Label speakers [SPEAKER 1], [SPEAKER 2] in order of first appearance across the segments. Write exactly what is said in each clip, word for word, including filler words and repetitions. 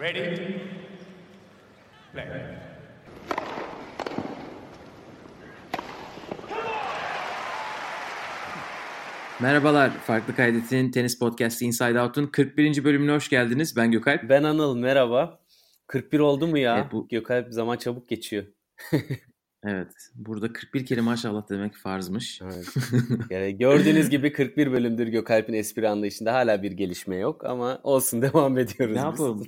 [SPEAKER 1] Ready? Play.
[SPEAKER 2] Merhabalar, Farklı Kaydet'in tenis podcast'i Inside Out'un kırk birinci bölümüne hoş geldiniz. Ben Gökalp.
[SPEAKER 3] Ben Anıl, merhaba. kırk bir oldu mu ya?
[SPEAKER 2] Evet, bu...
[SPEAKER 3] Gökalp, zaman çabuk geçiyor.
[SPEAKER 2] Evet, burada kırk bir kere maşallah demek farzmış.
[SPEAKER 3] Evet. Yani gördüğünüz gibi kırk bir bölümdür Gökalp'in espri anlayışında hala bir gelişme yok ama olsun, devam ediyoruz
[SPEAKER 2] Ne
[SPEAKER 3] biz.
[SPEAKER 2] yapalım?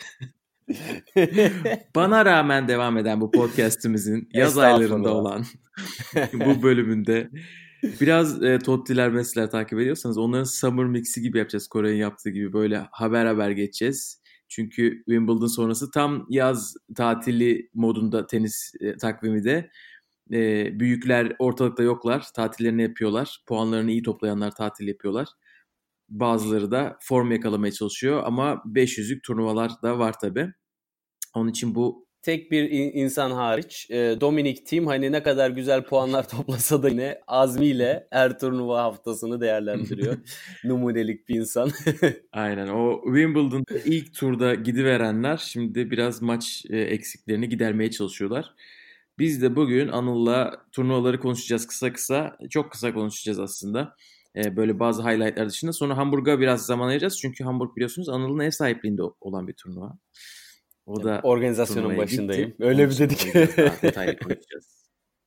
[SPEAKER 2] Bana rağmen devam eden bu podcast'imizin yaz aylarında olan bu bölümünde biraz e, Tottiler Messi'ler takip ediyorsanız onların Summer Mix'i gibi yapacağız. Kore'nin yaptığı gibi böyle haber haber geçeceğiz. Çünkü Wimbledon sonrası tam yaz tatili modunda tenis e, takvimi de. E, büyükler ortalıkta yoklar. Tatillerini yapıyorlar. Puanlarını iyi toplayanlar tatil yapıyorlar. Bazıları da form yakalamaya çalışıyor ama beş yüzlük turnuvalar da var tabii. Onun için bu
[SPEAKER 3] tek bir insan hariç Dominic Thiem hani ne kadar güzel puanlar toplasa da yine azmiyle her turnuva haftasını değerlendiriyor. Numunelik bir insan.
[SPEAKER 2] Aynen, o Wimbledon'da ilk turda gidiverenler şimdi biraz maç eksiklerini gidermeye çalışıyorlar. Biz de bugün Anıl'la turnuvaları konuşacağız kısa kısa. Çok kısa konuşacağız aslında. Böyle bazı highlightlar dışında. Sonra Hamburg'a biraz zaman ayıracağız. Çünkü Hamburg biliyorsunuz Anıl'ın ev sahipliğinde olan bir turnuva. O da
[SPEAKER 3] organizasyonun başındayım.
[SPEAKER 2] gitti.
[SPEAKER 3] Öyle bir dedik.
[SPEAKER 2] Detaylı konuşacağız.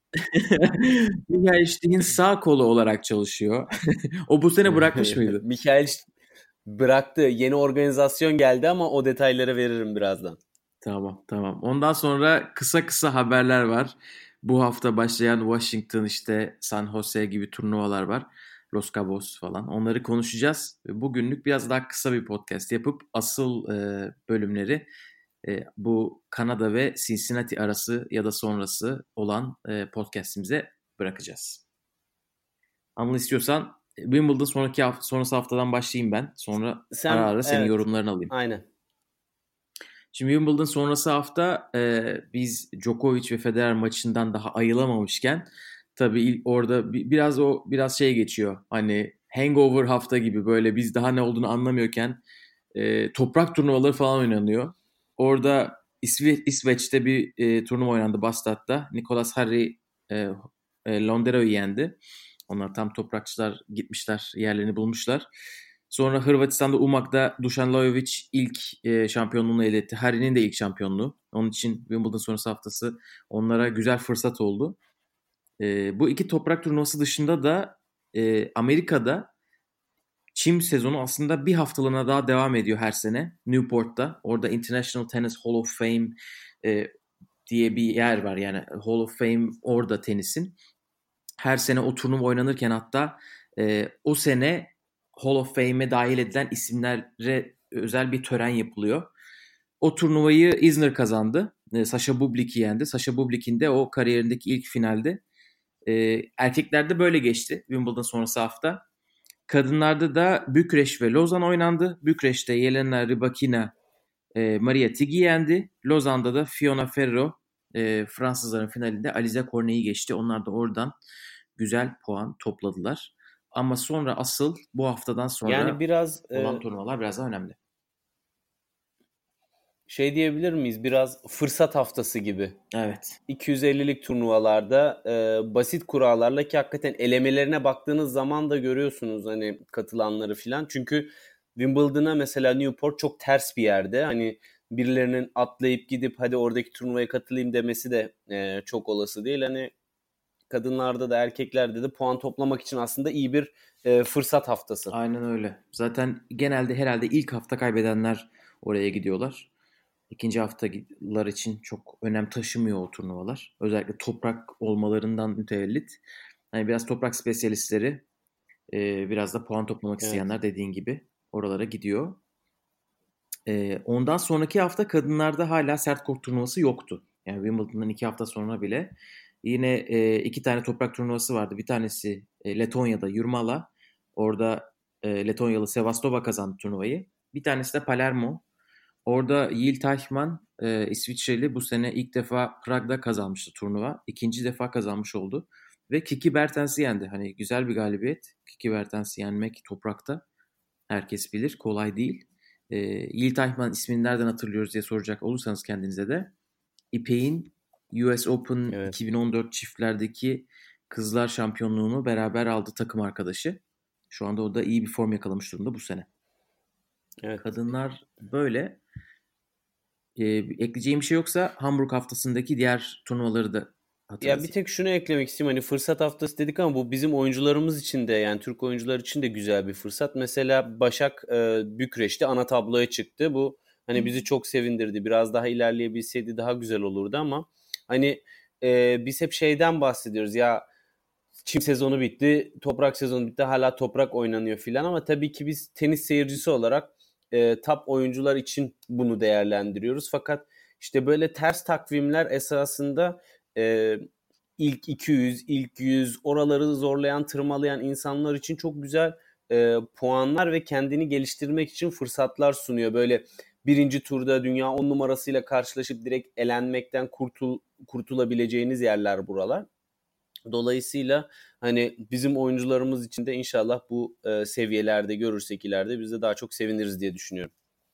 [SPEAKER 2] Michael Stich'in sağ kolu olarak çalışıyor. O bu sene bırakmış mıydı?
[SPEAKER 3] Michael bıraktı. Yeni organizasyon geldi ama o detayları veririm birazdan.
[SPEAKER 2] Tamam tamam. Ondan sonra kısa kısa haberler var. Bu hafta başlayan Washington, işte San Jose gibi turnuvalar var. Los Cabos falan. Onları konuşacağız. Bugünlük biraz daha kısa bir podcast yapıp asıl e, bölümleri e, bu Kanada ve Cincinnati arası ya da sonrası olan e, podcastimize bırakacağız. Anıl, istiyorsan Wimbledon sonraki hafta, sonrası haftadan başlayayım ben. Sonra Sen, ara ara senin evet, yorumlarını alayım.
[SPEAKER 3] Aynen.
[SPEAKER 2] Şimdi Wimbledon sonrası hafta e, biz Djokovic ve Federer maçından daha ayılamamışken tabii ilk, orada bir, biraz o biraz şey geçiyor. Hani hangover hafta gibi, böyle biz daha ne olduğunu anlamıyorken e, toprak turnuvaları falan oynanıyor. Orada İsve- İsveç'te bir e, turnuva oynandı Bastad'da. Nicolas Harry e, e, Londero'yu yendi. Onlar tam toprakçılar, gitmişler, yerlerini bulmuşlar. Sonra Hırvatistan'da Umag'da Dusan Lajovic ilk e, şampiyonluğunu elde etti. Harry'nin de ilk şampiyonluğu. Onun için Wimbledon sonrası haftası onlara güzel fırsat oldu. E, bu iki toprak turnuvası dışında da e, Amerika'da çim sezonu aslında bir haftalığına daha devam ediyor her sene. Newport'ta. Orada International Tennis Hall of Fame e, diye bir yer var. Yani Hall of Fame orada tenisin. Her sene o turnuva oynanırken hatta e, o sene Hall of Fame'e dahil edilen isimlere özel bir tören yapılıyor. O turnuvayı Isner kazandı. E, Sasha Bublik'i yendi. Sasha Bublik'in de o kariyerindeki ilk finalde. E, erkeklerde böyle geçti Wimbledon sonrası hafta. Kadınlarda da Bükreş ve Lozan oynandı. Bükreş'te Yelena Rybakina e, Maria Tig'i yendi. Lozan'da da Fiona Ferro e, Fransızların finalinde Alize Cornet'i geçti. Onlar da oradan güzel puan topladılar. Ama sonra asıl bu haftadan sonra yani biraz olan e, turnuvalar biraz daha önemli.
[SPEAKER 3] Şey diyebilir miyiz? Biraz fırsat haftası gibi.
[SPEAKER 2] Evet.
[SPEAKER 3] iki yüz ellilik turnuvalarda e, basit kurallarla, ki hakikaten elemelerine baktığınız zaman da görüyorsunuz hani katılanları filan. Çünkü Wimbledon'a mesela Newport çok ters bir yerde. Hani birilerinin atlayıp gidip hadi oradaki turnuvaya katılayım demesi de e, çok olası değil. Hani kadınlarda da erkeklerde de puan toplamak için aslında iyi bir e, fırsat haftası.
[SPEAKER 2] Aynen öyle. Zaten genelde herhalde ilk hafta kaybedenler oraya gidiyorlar. İkinci haftalar için çok önem taşımıyor o turnuvalar. Özellikle toprak olmalarından mütevellit. Hani biraz toprak spesyalistleri, e, biraz da puan toplamak evet. isteyenler dediğin gibi oralara gidiyor. E, ondan sonraki hafta kadınlarda hala sert kort turnuvası yoktu. Yani Wimbledon'dan iki hafta sonra bile yine e, iki tane toprak turnuvası vardı. Bir tanesi e, Letonya'da Jurmala. Orada e, Letonyalı Sevastova kazandı turnuvayı. Bir tanesi de Palermo. Orada Yiğit Teichmann, e, İsviçreli, bu sene ilk defa Prag'da kazanmıştı turnuva. İkinci defa kazanmış oldu. Ve Kiki Bertens'i yendi. Hani güzel bir galibiyet. Kiki Bertens'i yenmek toprakta herkes bilir, kolay değil. E, Yiğit Ayman ismini nereden hatırlıyoruz diye soracak olursanız kendinize de İpek'in U S Open
[SPEAKER 3] Evet.
[SPEAKER 2] iki bin on dört çiftlerdeki kızlar şampiyonluğunu beraber aldı takım arkadaşı. Şu anda o da iyi bir form yakalamış durumda bu sene.
[SPEAKER 3] Evet.
[SPEAKER 2] Kadınlar böyle. E, ekleyeceğim bir şey yoksa Hamburg haftasındaki diğer turnuvaları da hatırlatayım.
[SPEAKER 3] Ya bir tek şunu eklemek istiyorum. Hani fırsat haftası dedik ama bu bizim oyuncularımız için de, yani Türk oyuncular için de güzel bir fırsat. Mesela Başak e, Bükreş'te ana tabloya çıktı. Bu hani bizi çok sevindirdi. Biraz daha ilerleyebilseydi daha güzel olurdu ama hani e, biz hep şeyden bahsediyoruz. Ya çim sezonu bitti, toprak sezonu bitti, hala toprak oynanıyor filan ama tabii ki biz tenis seyircisi olarak e, top oyuncular için bunu değerlendiriyoruz. Fakat işte böyle ters takvimler esasında e, ilk iki yüz, ilk yüz oraları zorlayan, tırmalayan insanlar için çok güzel e, puanlar ve kendini geliştirmek için fırsatlar sunuyor. Böyle birinci turda dünya on numarasıyla karşılaşıp direkt elenmekten kurtul kurtulabileceğiniz yerler buralar. Dolayısıyla hani bizim oyuncularımız için de inşallah bu e, seviyelerde görürsek ileride biz de daha çok seviniriz diye düşünüyorum.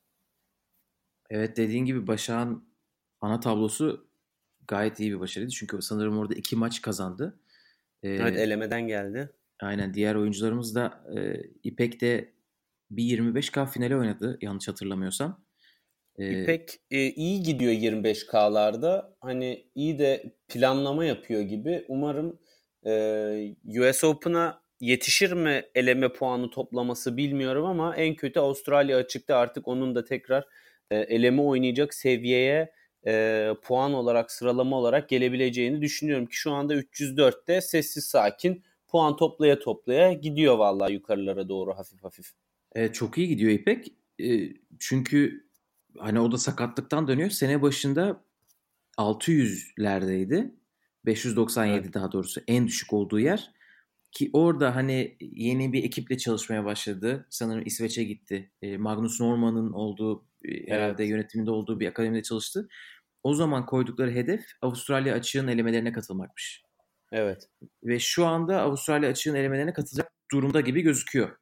[SPEAKER 2] Evet, dediğin gibi Başak'ın ana tablosu gayet iyi bir başarıydı. Çünkü sanırım orada iki maç kazandı. Ee,
[SPEAKER 3] Evet, elemeden geldi.
[SPEAKER 2] Aynen, diğer oyuncularımız da e, İpek de bir yirmi beş K finali oynadı yanlış hatırlamıyorsam. Ee,
[SPEAKER 3] İpek e, iyi gidiyor yirmi beş K'larda. Hani iyi de planlama yapıyor gibi. Umarım e, U S Open'a yetişir mi eleme puanı toplaması bilmiyorum ama en kötü Avustralya açıkta artık onun da tekrar e, eleme oynayacak seviyeye e, puan olarak, sıralama olarak gelebileceğini düşünüyorum ki şu anda üç yüz dörtte sessiz sakin puan toplaya toplaya gidiyor vallahi yukarılara doğru hafif hafif.
[SPEAKER 2] evet, çok iyi gidiyor İpek. Ee, çünkü hani o da sakatlıktan dönüyor. Sene başında altı yüzlerdeydi. beş yüz doksan yedi
[SPEAKER 3] Evet.
[SPEAKER 2] daha doğrusu en düşük olduğu yer. Ki orada hani yeni bir ekiple çalışmaya başladı. Sanırım İsveç'e gitti. E, Magnus Normann'ın olduğu, e, herhalde
[SPEAKER 3] Evet.
[SPEAKER 2] yönetiminde olduğu bir akademide çalıştı. O zaman koydukları hedef Avustralya açığın elemelerine katılmakmış.
[SPEAKER 3] Evet.
[SPEAKER 2] Ve şu anda Avustralya açığın elemelerine katılacak durumda gibi gözüküyor.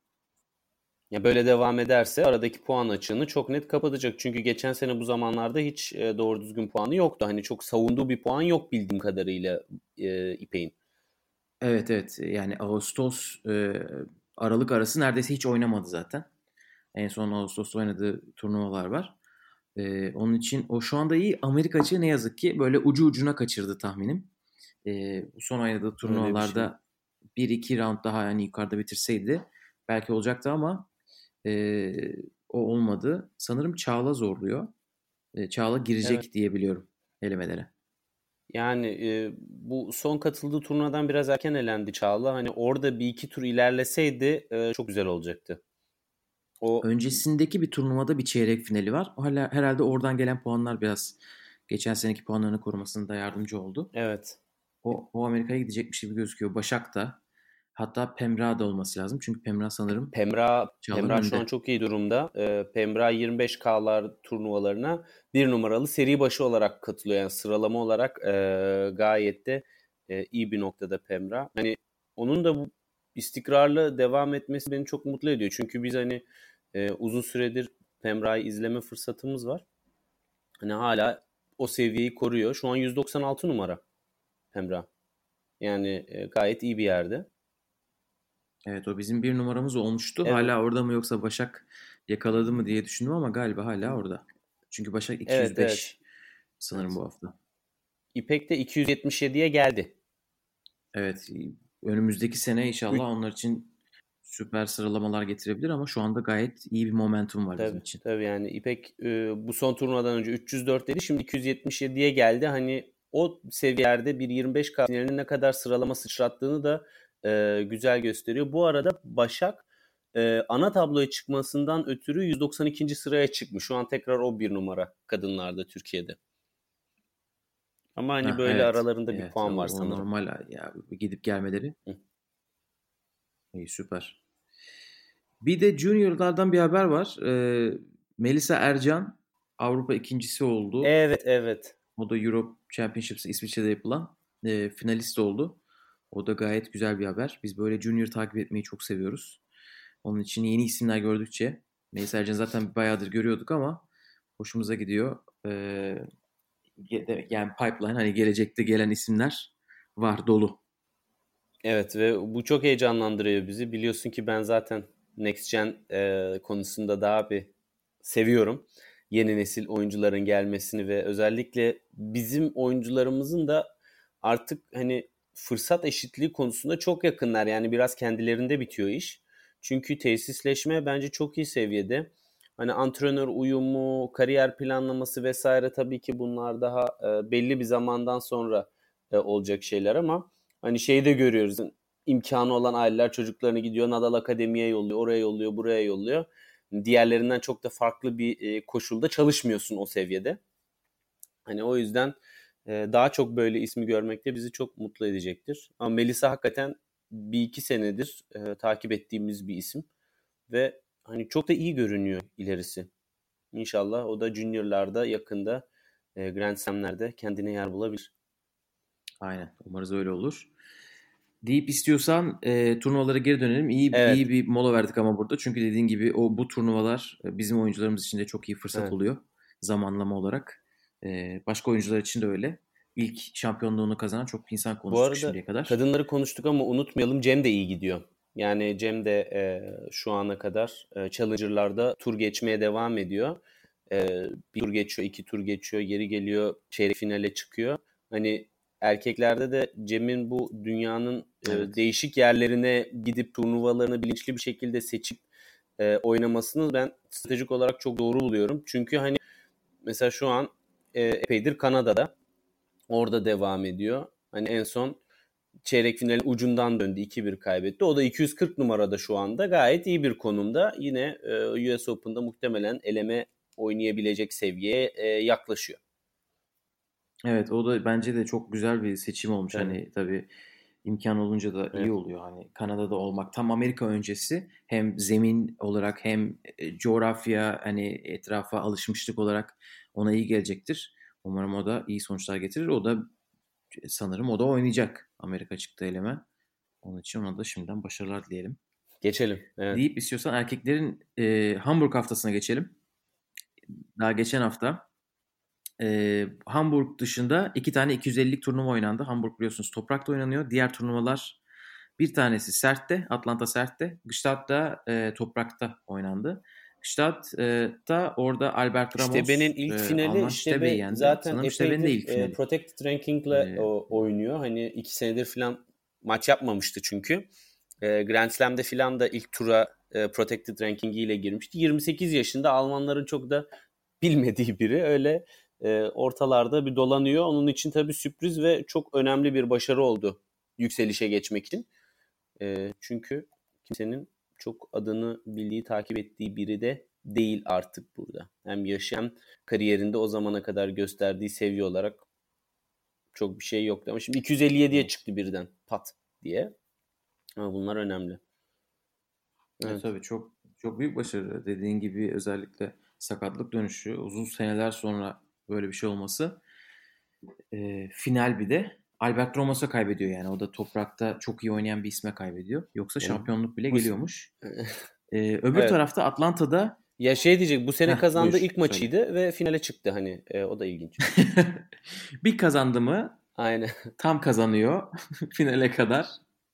[SPEAKER 3] Ya böyle devam ederse aradaki puan açığını çok net kapatacak. Çünkü geçen sene bu zamanlarda hiç e, doğru düzgün puanı yoktu. Hani çok savunduğu bir puan yok bildiğim kadarıyla e, İpek'in.
[SPEAKER 2] Evet, evet, yani Ağustos e, Aralık arası neredeyse hiç oynamadı zaten. En son Ağustos'ta oynadığı turnuvalar var. E, onun için o şu anda iyi. Amerika açığı ne yazık ki böyle ucu ucuna kaçırdı tahminim. E, son oynadığı
[SPEAKER 3] Öyle bir şey.
[SPEAKER 2] turnuvalarda bir iki round daha yani yukarıda bitirseydi belki olacaktı ama e, o olmadı. Sanırım Çağla zorluyor. E, Çağla
[SPEAKER 3] Evet.
[SPEAKER 2] girecek diye biliyorum elemelere.
[SPEAKER 3] Yani e, bu son katıldığı turnuvadan biraz erken elendi Çağla. Hani orada bir iki tur ilerleseydi e, çok güzel olacaktı. O
[SPEAKER 2] Öncesindeki bir turnuvada bir çeyrek finali var. O hala, herhalde oradan gelen puanlar biraz geçen seneki puanlarını korumasında yardımcı oldu.
[SPEAKER 3] evet.
[SPEAKER 2] O, o Amerika'ya gidecekmiş gibi gözüküyor. Başak da, hatta Pemra da olması lazım. Çünkü Pemra sanırım
[SPEAKER 3] Pemra
[SPEAKER 2] Çağla'nın
[SPEAKER 3] Pemra şu an
[SPEAKER 2] önünde.
[SPEAKER 3] çok iyi durumda. Ee, Pemra yirmi beş K'lar turnuvalarına bir numaralı seri başı olarak katılıyor. Yani sıralama olarak e, gayet de e, iyi bir noktada Pemra. Hani onun da bu istikrarlı devam etmesi beni çok mutlu ediyor. Çünkü biz hani e, uzun süredir Pemra'yı izleme fırsatımız var. Hani hala o seviyeyi koruyor. Şu an yüz doksan altı numara Pemra. Yani e, gayet iyi bir yerde.
[SPEAKER 2] Evet, o bizim bir numaramız olmuştu.
[SPEAKER 3] Evet.
[SPEAKER 2] Hala orada mı yoksa Başak yakaladı mı diye düşündüm ama galiba hala orada. Çünkü Başak
[SPEAKER 3] Evet, evet.
[SPEAKER 2] iki yüz beş sanırım
[SPEAKER 3] Evet.
[SPEAKER 2] bu hafta.
[SPEAKER 3] İpek de iki yüz yetmiş yediye geldi.
[SPEAKER 2] Evet, önümüzdeki sene inşallah
[SPEAKER 3] Üç,
[SPEAKER 2] onlar için süper sıralamalar getirebilir ama şu anda gayet iyi bir momentum var bizim
[SPEAKER 3] tabii,
[SPEAKER 2] için.
[SPEAKER 3] tabii yani İpek e, bu son turnuvadan önce üç yüz dört dedi. Şimdi iki yüz yetmiş yediye geldi. Hani o seviyelerde bir yirmi beş K finalinin ne kadar sıralama sıçrattığını da e, güzel gösteriyor. Bu arada Başak e, ana tabloya çıkmasından ötürü yüz doksan ikinci sıraya çıkmış. Şu an tekrar o bir numara kadınlarda Türkiye'de. Ama hani
[SPEAKER 2] Ah,
[SPEAKER 3] böyle
[SPEAKER 2] evet.
[SPEAKER 3] aralarında bir
[SPEAKER 2] Evet, o,
[SPEAKER 3] puan var
[SPEAKER 2] o
[SPEAKER 3] sanırım.
[SPEAKER 2] normal ya, gidip gelmeleri.
[SPEAKER 3] Hı.
[SPEAKER 2] İyi, süper. Bir de Junior'lardan bir haber var. Ee, Melisa Ercan Avrupa ikincisi oldu.
[SPEAKER 3] Evet, evet.
[SPEAKER 2] O da Europe Championships İsviçre'de yapılan e, finalist oldu. O da gayet güzel bir haber. Biz böyle Junior takip etmeyi çok seviyoruz. Onun için yeni isimler gördükçe Melisa Ercan'ı zaten bayağıdır görüyorduk ama hoşumuza gidiyor. Ee, yani pipeline, hani gelecekte gelen isimler var, dolu.
[SPEAKER 3] Evet ve bu çok heyecanlandırıyor bizi. Biliyorsun ki ben zaten Next Gen e, konusunda daha bir seviyorum. Yeni nesil oyuncuların gelmesini ve özellikle bizim oyuncularımızın da artık hani fırsat eşitliği konusunda çok yakınlar. Yani biraz kendilerinde bitiyor iş. Çünkü tesisleşme bence çok iyi seviyede. Hani antrenör uyumu, kariyer planlaması vesaire, tabii ki bunlar daha e, belli bir zamandan sonra e, olacak şeyler ama hani şeyi de görüyoruz. İmkanı olan aileler çocuklarını gidiyor Nadal Akademi'ye yolluyor, oraya yolluyor, buraya yolluyor. Diğerlerinden çok da farklı bir e, koşulda çalışmıyorsun o seviyede. Hani o yüzden e, daha çok böyle ismi görmek de bizi çok mutlu edecektir. Ama Melisa hakikaten bir iki senedir e, takip ettiğimiz bir isim ve hani çok da iyi görünüyor ilerisi. İnşallah o da juniorlarda yakında e, Grand Slam'lerde kendine yer bulabilir.
[SPEAKER 2] Aynen. Umarız öyle olur. Deyip istiyorsan e, turnuvalara geri dönelim. İyi
[SPEAKER 3] Evet.
[SPEAKER 2] iyi bir mola verdik ama burada. Çünkü dediğin gibi o bu turnuvalar bizim oyuncularımız için de çok iyi fırsat
[SPEAKER 3] Evet.
[SPEAKER 2] oluyor zamanlama olarak. E, başka oyuncular için de öyle. İlk şampiyonluğunu kazanan çok insan
[SPEAKER 3] Bu
[SPEAKER 2] konuştuk
[SPEAKER 3] arada
[SPEAKER 2] şimdiye kadar.
[SPEAKER 3] kadınları konuştuk ama unutmayalım, Cem de iyi gidiyor. Yani Cem de e, şu ana kadar e, Challenger'larda tur geçmeye devam ediyor. E, bir tur geçiyor, iki tur geçiyor, geri geliyor, çeyrek finale çıkıyor. Hani erkeklerde de Cem'in bu dünyanın e,
[SPEAKER 2] Evet.
[SPEAKER 3] değişik yerlerine gidip turnuvalarını bilinçli bir şekilde seçip e, oynamasını ben stratejik olarak çok doğru buluyorum. Çünkü hani mesela şu an e, epeydir Kanada'da, orada devam ediyor. Hani en son çeyrek finalin ucundan döndü, iki bir kaybetti. O da iki yüz kırk numarada şu anda, gayet iyi bir konumda. Yine e, U S Open'da muhtemelen eleme oynayabilecek seviyeye e, yaklaşıyor.
[SPEAKER 2] Evet, o da bence de çok güzel bir seçim olmuş.
[SPEAKER 3] Tabii.
[SPEAKER 2] Hani tabii imkan olunca da iyi
[SPEAKER 3] Evet.
[SPEAKER 2] oluyor. Hani Kanada'da olmak tam Amerika öncesi, hem zemin olarak hem e, coğrafya, hani etrafa alışmışlık olarak ona iyi gelecektir. Umarım o da iyi sonuçlar getirir. O da sanırım o da oynayacak Amerika çıktı eleme. Onun için ona da şimdiden başarılar dileyelim.
[SPEAKER 3] Geçelim. Evet.
[SPEAKER 2] Deyip istiyorsan erkeklerin e, Hamburg haftasına geçelim. Daha geçen hafta Ee, Hamburg dışında iki tane iki yüz ellilik turnuva oynandı. Hamburg biliyorsunuz toprakta oynanıyor. Diğer turnuvalar, bir tanesi sertte, Atlanta sertte. Gstaad'da e, toprakta oynandı. Gstaad'da orada Albert Ramos
[SPEAKER 3] Steben'in ilk
[SPEAKER 2] e,
[SPEAKER 3] finali,
[SPEAKER 2] Alman Stebe'yi
[SPEAKER 3] Stebe
[SPEAKER 2] yendi.
[SPEAKER 3] zaten
[SPEAKER 2] Sanırım Stebe'nin de
[SPEAKER 3] epeydir
[SPEAKER 2] ilk
[SPEAKER 3] e,
[SPEAKER 2] finali.
[SPEAKER 3] Protected Ranking'le
[SPEAKER 2] Ee,
[SPEAKER 3] o, oynuyor. Hani iki senedir falan maç yapmamıştı çünkü. E, Grand Slam'de falan da ilk tura e, Protected Ranking ile girmişti. yirmi sekiz yaşında, Almanların çok da bilmediği biri. Öyle e, ortalarda bir dolanıyor. Onun için tabii sürpriz ve çok önemli bir başarı oldu yükselişe geçmek için. E, çünkü kimsenin çok adını bildiği, takip ettiği biri de değil artık burada. Hem yaşı hem kariyerinde o zamana kadar gösterdiği seviye olarak çok bir şey yoktu. Ama şimdi iki yüz elli yediye
[SPEAKER 2] evet.
[SPEAKER 3] çıktı birden pat diye. Ama bunlar önemli.
[SPEAKER 2] Evet,
[SPEAKER 3] Evet.
[SPEAKER 2] tabii çok çok büyük başarı. Dediğin gibi özellikle sakatlık dönüşü, uzun seneler sonra böyle bir şey olması. E, final bir de Albert Ramos'a kaybediyor yani. O da toprakta çok iyi oynayan bir isme kaybediyor. Yoksa
[SPEAKER 3] Yani
[SPEAKER 2] şampiyonluk bile
[SPEAKER 3] bu
[SPEAKER 2] geliyormuş. E, öbür
[SPEAKER 3] evet.
[SPEAKER 2] tarafta Atlanta'da
[SPEAKER 3] Ya şey diyecek, bu sene
[SPEAKER 2] heh,
[SPEAKER 3] kazandığı
[SPEAKER 2] buyur
[SPEAKER 3] ilk
[SPEAKER 2] söyle.
[SPEAKER 3] maçıydı ve finale çıktı hani. E, o da ilginç.
[SPEAKER 2] Bir kazandı mı
[SPEAKER 3] Aynen.
[SPEAKER 2] tam kazanıyor finale kadar.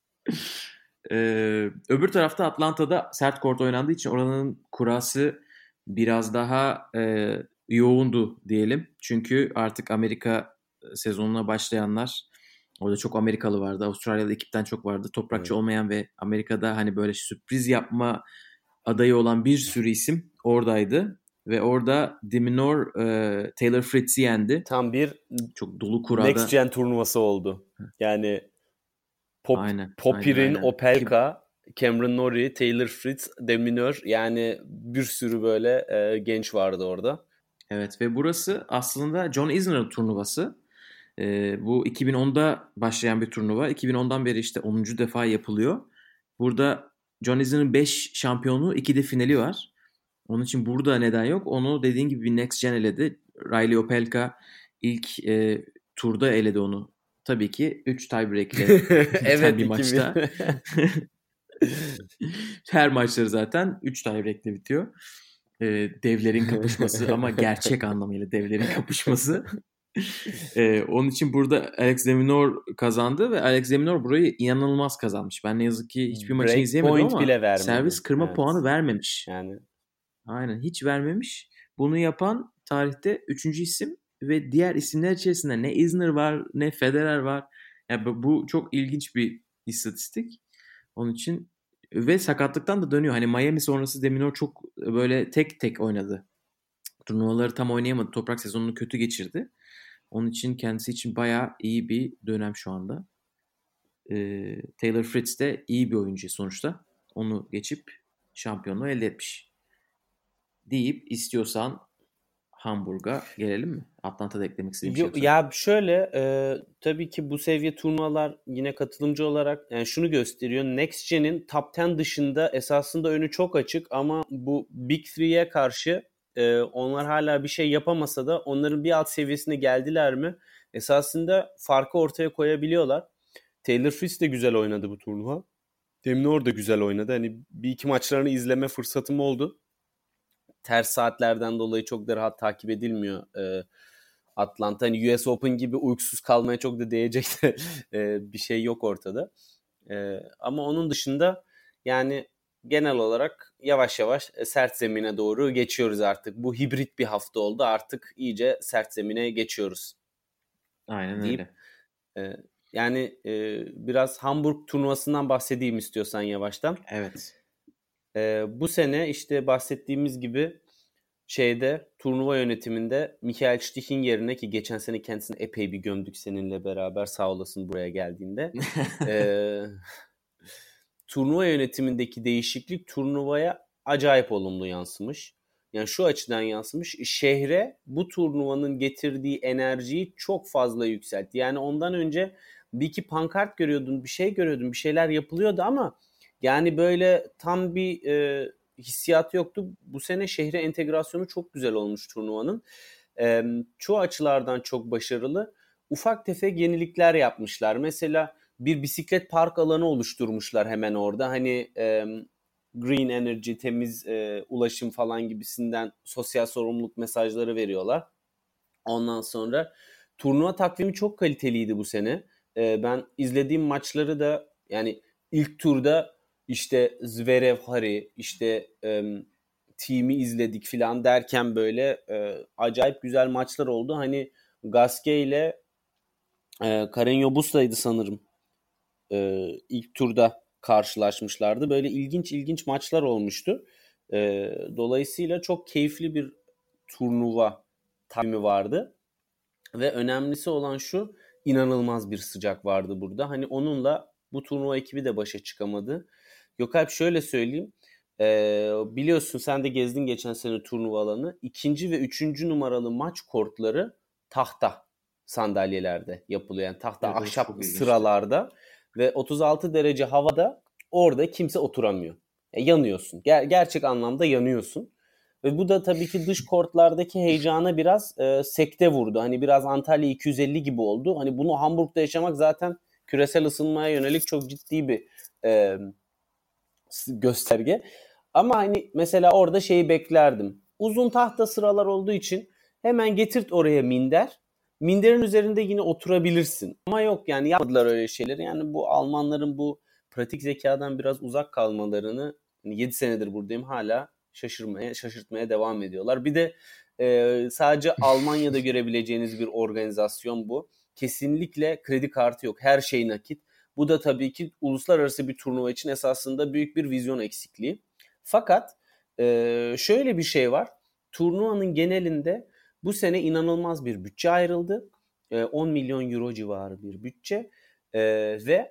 [SPEAKER 2] Ee, öbür tarafta Atlanta'da sert kort oynandığı için oranın kurası biraz daha e, yoğundu diyelim. Çünkü artık Amerika sezonuna başlayanlar, orada çok Amerikalı vardı. Avustralya'da ekipten çok vardı. Toprakçı
[SPEAKER 3] Evet.
[SPEAKER 2] olmayan ve Amerika'da hani böyle sürpriz yapma adayı olan bir sürü isim oradaydı. Ve orada de Minaur e, Taylor Fritz'i yendi.
[SPEAKER 3] Tam bir
[SPEAKER 2] Çok dolu
[SPEAKER 3] Next
[SPEAKER 2] kurada.
[SPEAKER 3] Gen turnuvası oldu. Yani Pop,
[SPEAKER 2] Aynen, aynen,
[SPEAKER 3] Popir'in,
[SPEAKER 2] aynen. Ki
[SPEAKER 3] Opelka, Cameron Norrie, Taylor Fritz, de Minaur, yani bir sürü böyle e, genç vardı orada.
[SPEAKER 2] evet, ve burası aslında John Isner turnuvası. Ee, bu iki bin onda başlayan bir turnuva. iki bin ondan beri işte onuncu defa yapılıyor. Burada John Isner'ın beş şampiyonluğu, iki de finali var. Onun için burada neden yok? Onu dediğin gibi bir Next Gen eledi. Riley Opelka ilk e, turda eledi onu. Tabii ki üç tiebreak'le biten
[SPEAKER 3] Evet,
[SPEAKER 2] bir
[SPEAKER 3] iki bin.
[SPEAKER 2] maçta. Her maçları zaten üç tiebreak'le bitiyor. e, devlerin kapışması ama gerçek anlamıyla devlerin kapışması. e, onun için burada Alex de Minaur kazandı ve Alex de Minaur burayı inanılmaz kazanmış. Ben ne yazık ki hiçbir maçını
[SPEAKER 3] Break
[SPEAKER 2] izleyemedim
[SPEAKER 3] point
[SPEAKER 2] ama
[SPEAKER 3] bile vermedi.
[SPEAKER 2] servis kırma
[SPEAKER 3] Evet.
[SPEAKER 2] puanı vermemiş.
[SPEAKER 3] Yani
[SPEAKER 2] Aynen, hiç vermemiş. Bunu yapan tarihte üçüncü isim ve diğer isimler içerisinde ne Isner var ne Federer var. Yani bu- bu çok ilginç bir istatistik. Onun için ve sakatlıktan da dönüyor. Hani Miami sonrası de Minaur çok böyle tek tek oynadı. Turnuvaları tam oynayamadı. Toprak sezonunu kötü geçirdi. Onun için kendisi için bayağı iyi bir dönem şu anda. Ee, Taylor Fritz de iyi bir oyuncu sonuçta. Onu geçip şampiyonluğu elde etmiş. Deyip istiyorsan Hamburg'a gelelim mi? Atlanta'da eklemek istediğim bir şey
[SPEAKER 3] Yo-
[SPEAKER 2] yoksa.
[SPEAKER 3] ya şöyle e, tabii ki bu seviye turnuvalar yine katılımcı olarak yani şunu gösteriyor. Next Gen'in top on dışında esasında önü çok açık ama bu Big Three'ye karşı e, onlar hala bir şey yapamasa da onların bir alt seviyesine geldiler mi esasında farkı ortaya koyabiliyorlar. Taylor Fritz de güzel oynadı bu turnuva. Deminor da güzel oynadı. Hani bir iki maçlarını izleme fırsatım oldu. Ters saatlerden dolayı çok da rahat takip edilmiyor e, Atlanta. Hani U S Open gibi uykusuz kalmaya çok da değecek de e, bir şey yok ortada. E, ama onun dışında yani genel olarak yavaş yavaş e, sert zemine doğru geçiyoruz artık. Bu hibrit bir hafta oldu. Artık iyice sert zemine geçiyoruz
[SPEAKER 2] Aynen
[SPEAKER 3] deyip
[SPEAKER 2] öyle.
[SPEAKER 3] e, yani e, biraz Hamburg turnuvasından bahsedeyim istiyorsan yavaştan.
[SPEAKER 2] Evet.
[SPEAKER 3] E, bu sene işte bahsettiğimiz gibi şeyde turnuva yönetiminde Michael Stich'in yerine ki geçen sene kendisini epey bir gömdük seninle beraber sağ olasın buraya geldiğinde. ee, turnuva yönetimindeki değişiklik turnuvaya acayip olumlu yansımış. Yani şu açıdan yansımış. Şehre bu turnuvanın getirdiği enerjiyi çok fazla yükseltti. Yani ondan önce bir iki pankart görüyordun, bir şey görüyordun, bir şeyler yapılıyordu ama yani böyle tam bir e, hissiyat yoktu. Bu sene şehre entegrasyonu çok güzel olmuş turnuvanın. E, çoğu açılardan çok başarılı. Ufak tefek yenilikler yapmışlar. Mesela bir bisiklet park alanı oluşturmuşlar hemen orada. Hani e, green energy, temiz e, ulaşım falan gibisinden sosyal sorumluluk mesajları veriyorlar. Ondan sonra turnuva takvimi çok kaliteliydi bu sene. E, ben izlediğim maçları da yani ilk turda işte Zverev, Hari, işte e, Team'i izledik falan derken böyle e, acayip güzel maçlar oldu. Hani Gasquet ile e, Carreño Busta'ydı sanırım e, ilk turda karşılaşmışlardı. Böyle ilginç ilginç maçlar olmuştu. E, dolayısıyla çok keyifli bir turnuva takvimi vardı. Ve önemlisi olan şu, inanılmaz bir sıcak vardı burada. Hani onunla bu turnuva ekibi de başa çıkamadı. Gökalp şöyle söyleyeyim. Ee, biliyorsun sen de gezdin geçen sene turnuva alanı. İkinci ve üçüncü numaralı maç kortları tahta sandalyelerde yapılıyor. Yani tahta
[SPEAKER 2] Evet,
[SPEAKER 3] ahşap
[SPEAKER 2] çok ilginçti.
[SPEAKER 3] sıralarda ve otuz altı derece havada orada kimse oturamıyor. Yani yanıyorsun. Ger- gerçek anlamda yanıyorsun. Ve bu da tabii ki dış kortlardaki heyecana biraz e, sekte vurdu. Hani biraz Antalya iki yüz elli gibi oldu. Hani bunu Hamburg'da yaşamak zaten küresel ısınmaya yönelik çok ciddi bir e, gösterge. Ama hani mesela orada şeyi beklerdim. Uzun tahta sıralar olduğu için hemen getirt oraya minder. Minderin üzerinde yine oturabilirsin. Ama yok yani yapmadılar öyle şeyleri. Yani bu Almanların bu pratik zekadan biraz uzak kalmalarını hani yedi senedir buradayım hala şaşırmaya, şaşırtmaya devam ediyorlar. Bir de e, sadece Almanya'da görebileceğiniz bir organizasyon bu. Kesinlikle kredi kartı yok. Her şey nakit. Bu da tabii ki uluslararası bir turnuva için esasında büyük bir vizyon eksikliği. Fakat e, şöyle bir şey var. Turnuvanın genelinde bu sene inanılmaz bir bütçe ayrıldı. E, on milyon euro civarı bir bütçe. E, ve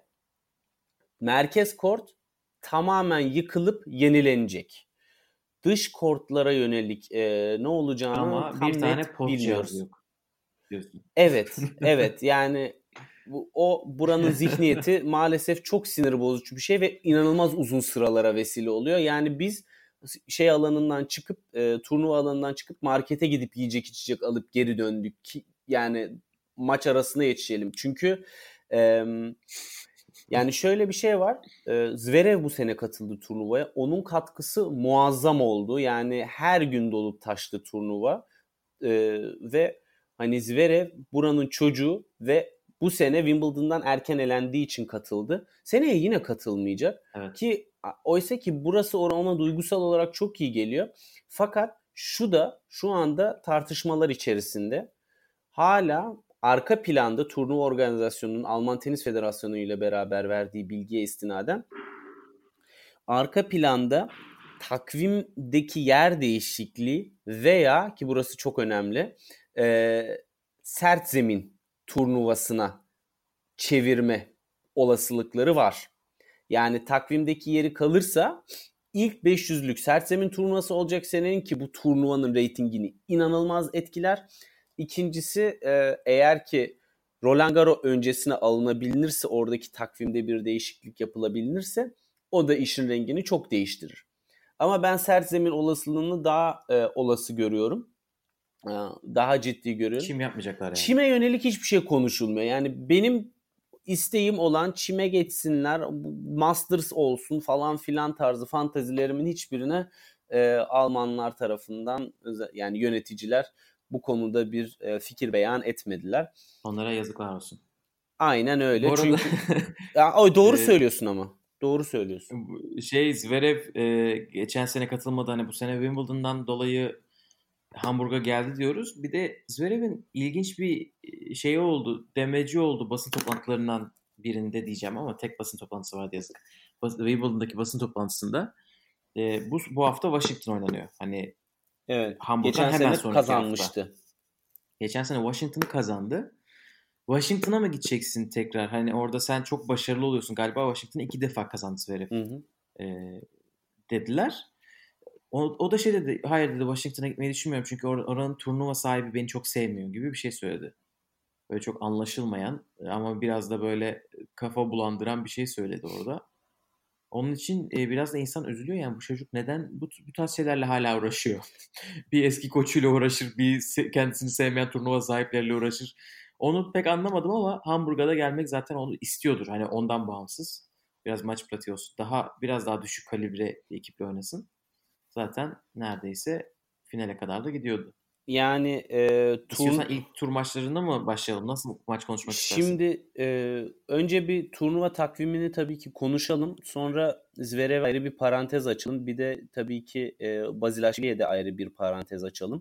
[SPEAKER 3] merkez kort tamamen yıkılıp yenilenecek. Dış kortlara yönelik e, ne olacağını
[SPEAKER 2] Ama bir
[SPEAKER 3] tam net
[SPEAKER 2] tane post cihazı
[SPEAKER 3] bilmiyoruz.
[SPEAKER 2] yok diyorsun.
[SPEAKER 3] Evet, evet. Yani bu, o buranın zihniyeti maalesef çok sinir bozucu bir şey ve inanılmaz uzun sıralara vesile oluyor. Yani biz şey alanından çıkıp e, turnuva alanından çıkıp markete gidip yiyecek içecek alıp geri döndük ki yani maç arasında yetişelim. Çünkü e, Yani şöyle bir şey var. E, Zverev bu sene katıldı turnuvaya. Onun katkısı muazzam oldu. Yani her gün dolup taştı turnuva. E, ve hani Zverev buranın çocuğu ve bu sene Wimbledon'dan erken elendiği için katıldı. Seneye yine katılmayacak.
[SPEAKER 2] Evet.
[SPEAKER 3] Ki oysa ki burası ona duygusal olarak çok iyi geliyor. Fakat şu da şu anda tartışmalar içerisinde. Hala arka planda turnuva organizasyonunun Alman Tenis Federasyonu ile beraber verdiği bilgiye istinaden arka planda takvimdeki yer değişikliği veya ki burası çok önemli e, sert zemin turnuvasına çevirme olasılıkları var. Yani takvimdeki yeri kalırsa ilk beş yüzlük sert zemin turnuvası olacak senenin ki bu turnuvanın reytingini inanılmaz etkiler. İkincisi eğer ki Roland Garros öncesine alınabilirse oradaki takvimde bir değişiklik yapılabilirse o da işin rengini çok değiştirir. Ama ben sert zemin olasılığını daha e, olası görüyorum. E, daha ciddi görüyorum.
[SPEAKER 2] Çim yapmayacaklar yani.
[SPEAKER 3] Çime yönelik hiçbir şey konuşulmuyor. Yani benim isteğim olan çime geçsinler, Masters olsun falan filan tarzı fantezilerimin hiçbirine e, Almanlar tarafından yani yöneticiler bu konuda bir e, fikir beyan etmediler.
[SPEAKER 2] Onlara yazıklar olsun.
[SPEAKER 3] Aynen öyle.
[SPEAKER 2] Bu arada...
[SPEAKER 3] Çünkü ya, doğru söylüyorsun ama. Doğru söylüyorsun.
[SPEAKER 2] Şey Zverev e, geçen sene katılmadı, hani bu sene Wimbledon'dan dolayı Hamburg'a geldi diyoruz. Bir de Zverev'in ilginç bir şey oldu, demeci oldu basın toplantılarından birinde diyeceğim ama tek basın toplantısı vardı yazık. Wimbledon'daki basın toplantısında e, bu bu hafta Washington oynanıyor. Hani
[SPEAKER 3] evet.
[SPEAKER 2] Hamburg'dan
[SPEAKER 3] Geçen
[SPEAKER 2] hemen
[SPEAKER 3] sene
[SPEAKER 2] sonraki
[SPEAKER 3] kazanmıştı.
[SPEAKER 2] hafta. Geçen sene Washington'ı kazandı. Washington'a mı gideceksin tekrar? Hani orada sen çok başarılı oluyorsun. Galiba Washington'ı iki defa kazandı Zverev.
[SPEAKER 3] Hı hı.
[SPEAKER 2] E, dediler. O, o da şey dedi, hayır dedi, Washington'a gitmeyi düşünmüyorum çünkü or- oranın turnuva sahibi beni çok sevmiyor gibi bir şey söyledi. Böyle çok anlaşılmayan ama biraz da böyle kafa bulandıran bir şey söyledi orada. Onun için e, biraz da insan üzülüyor yani, bu çocuk neden bu, bu tarz şeylerle hala uğraşıyor? Bir eski koçuyla uğraşır, bir se- kendisini sevmeyen turnuva sahipleriyle uğraşır. Onu pek anlamadım ama Hamburg'a da gelmek zaten onu istiyordur. Hani ondan bağımsız. Biraz maç pratiği olsun. Daha biraz daha düşük kalibre bir ekiple oynasın. Zaten neredeyse finale kadar da gidiyordu.
[SPEAKER 3] Yani e, tur...
[SPEAKER 2] İstiyorsan ilk tur maçlarında mı başlayalım? Nasıl maç konuşmak istersin?
[SPEAKER 3] Şimdi e, önce bir turnuva takvimini tabii ki konuşalım. Sonra Zverev ayrı bir parantez açalım. Bir de tabii ki e, Basilashvili'ye de ayrı bir parantez açalım.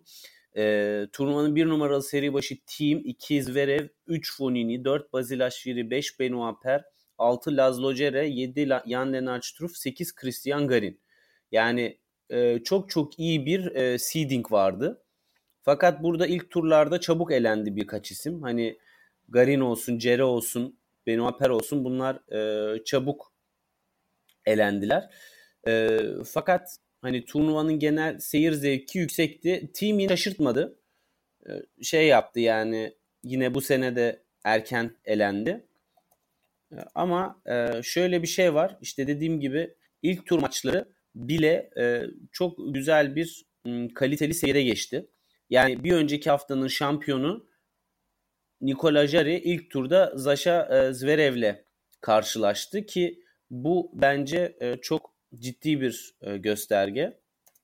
[SPEAKER 3] E, turnuvanın bir numaralı seri başı Thiem, iki Zverev, üç Fognini, dört Basilashvili, beş Benoit Paire, altı Laszlo Djere, yedi Jan-Lennard Struff, sekiz Christian Garin. Yani e, çok çok iyi bir e, seeding vardı. Fakat burada ilk turlarda çabuk elendi birkaç isim. Hani Garin olsun, Cere olsun, Benoit Paire olsun, bunlar e, çabuk elendiler. E, fakat hani turnuvanın genel seyir zevki yüksekti. Team yine şaşırtmadı. E, şey yaptı yani, yine bu sene de erken elendi. E, ama e, şöyle bir şey var. İşte dediğim gibi ilk tur maçları bile e, çok güzel bir m, kaliteli seyre geçti. Yani bir önceki haftanın şampiyonu Nikola Jarry ilk turda Sasha Zverev'le karşılaştı ki bu bence çok ciddi bir gösterge.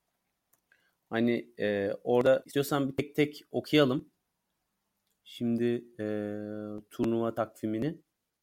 [SPEAKER 3] Hani orada istiyorsan bir tek tek okuyalım. Şimdi e, turnuva takvimini.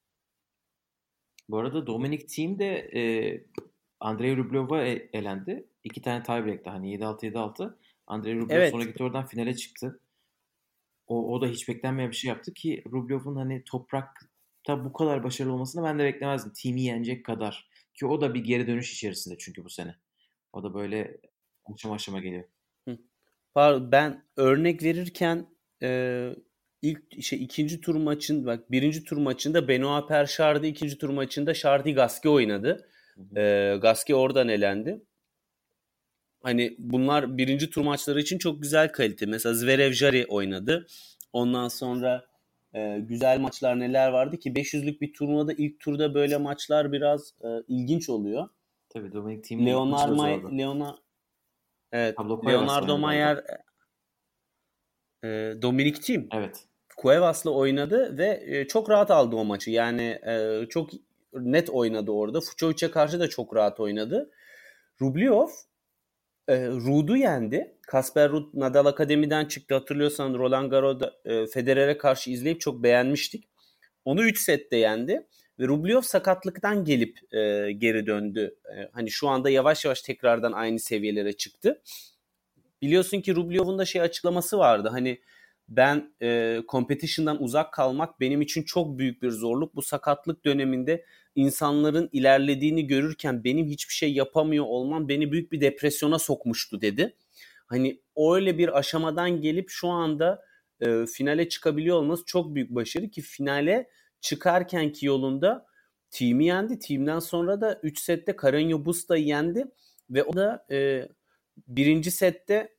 [SPEAKER 2] Bu arada Dominic Thiem de e, Andrei Rublev'a e- elendi. İki tane tiebreak'te, hani yedi altı yedi altı. Andrei Rublev
[SPEAKER 3] Evet.
[SPEAKER 2] sonra gitti oradan finale çıktı. O, o da hiç beklenmeyen bir şey yaptı ki Rublev'in hani toprakta bu kadar başarılı olmasını ben de beklemezdim. Thiem'i yenecek kadar. Ki o da bir geri dönüş içerisinde çünkü bu sene. O da böyle aşama aşama geliyor.
[SPEAKER 3] Pardon, ben örnek verirken e, ilk şey ikinci tur maçın bak birinci tur maçında Benoit Paire Chardy, ikinci tur maçında Chardy Gasquet oynadı. E, Gasquet oradan elendi. Hani bunlar birinci tur maçları için çok güzel kalite. Mesela Zverev Jarry oynadı. Ondan sonra e, güzel maçlar neler vardı ki beş yüzlük bir turnuvada ilk turda böyle maçlar biraz e, ilginç oluyor.
[SPEAKER 2] Tabii Dominic Thiem'in
[SPEAKER 3] Leonard May Leonard Evet,
[SPEAKER 2] Pablo
[SPEAKER 3] Leonardo Mayer e, Dominic Thiem.
[SPEAKER 2] Evet.
[SPEAKER 3] Cuevas'la oynadı ve e, çok rahat aldı o maçı. Yani e, çok net oynadı orada. Fucovic'e karşı da çok rahat oynadı. Rublev e, Ruud'u yendi. Casper Ruud Nadal Akademi'den çıktı. Hatırlıyorsan Roland Garros'da e, Federer'e karşı izleyip çok beğenmiştik. Onu üç sette yendi. Ve Rublev sakatlıktan gelip e, geri döndü. E, hani şu anda yavaş yavaş tekrardan aynı seviyelere çıktı. Biliyorsun ki Rublev'un da şey açıklaması vardı. Hani ben e, competition'dan uzak kalmak benim için çok büyük bir zorluk. Bu sakatlık döneminde insanların ilerlediğini görürken benim hiçbir şey yapamıyor olmam beni büyük bir depresyona sokmuştu dedi. Hani öyle bir aşamadan gelip şu anda e, finale çıkabiliyor olması çok büyük başarı ki finale çıkarkenki yolunda Thiem'i yendi. Thiem'den sonra da üç sette Carreño Busta'yı yendi ve o da e, birinci sette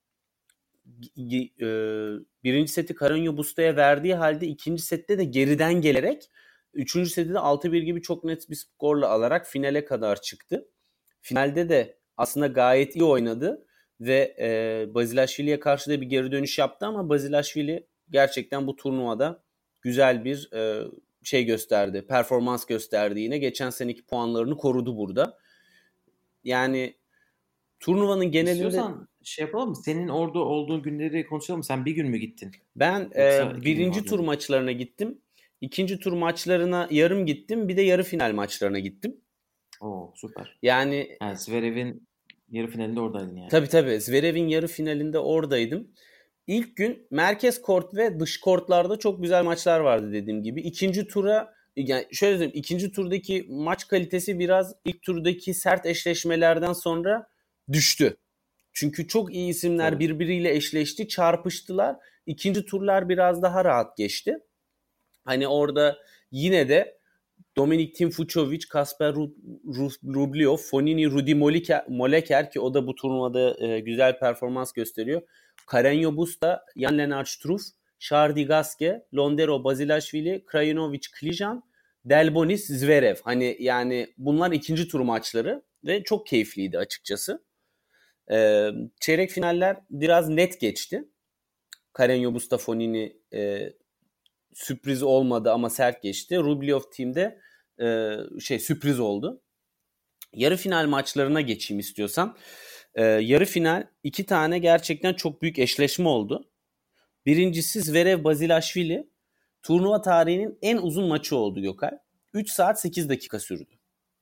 [SPEAKER 3] e, birinci seti Carreño Busta'ya verdiği halde ikinci sette de geriden gelerek üçüncü seti de altı bir gibi çok net bir skorla alarak finale kadar çıktı. Finalde de aslında gayet iyi oynadı ve e, Basilashvili'ye karşı da bir geri dönüş yaptı ama Basilashvili gerçekten bu turnuvada güzel bir e, şey gösterdi. Performans gösterdi yine. Geçen seneki puanlarını korudu burada. Yani turnuvanın genelinde...
[SPEAKER 2] İstiyorsan şey yapalım mı? Senin orada olduğun günleri konuşalım. Sen bir gün mü gittin?
[SPEAKER 3] Ben e, birinci tur maçlarına gittim. İkinci tur maçlarına yarım gittim. Bir de yarı final maçlarına gittim.
[SPEAKER 2] Oo süper.
[SPEAKER 3] Yani,
[SPEAKER 2] yani Zverev'in yarı finalinde oradaydın yani.
[SPEAKER 3] Tabii tabii. Zverev'in yarı finalinde oradaydım. İlk gün merkez kort ve dış kortlarda çok güzel maçlar vardı dediğim gibi. İkinci tura yani şöyle söyleyeyim, ikinci turdaki maç kalitesi biraz ilk turdaki sert eşleşmelerden sonra düştü. Çünkü çok iyi isimler evet. birbiriyle eşleşti, çarpıştılar. İkinci turlar biraz daha rahat geçti. Hani orada yine de Dominik Thiem Fucsovics, Casper Rublov, Fonini, Rudi Molleker ki o da bu turnuvada e, güzel performans gösteriyor. Carreño Busta, Jan-Lennard Struff, Chardy Gasquet, Londero Basilashvili, Krajinovic Klijan, Delbonis Zverev. Hani yani bunlar ikinci tur maçları ve çok keyifliydi açıkçası. Ee, çeyrek finaller biraz net geçti. Carreño Busta Fonini e, sürpriz olmadı ama sert geçti. Rublev Thiem'de e, şey sürpriz oldu. Yarı final maçlarına geçeyim istiyorsan. Ee, yarı final iki tane gerçekten çok büyük eşleşme oldu. Birincisi Zverev Basilashvili. Turnuva tarihinin en uzun maçı oldu Gökay. üç saat sekiz dakika sürdü.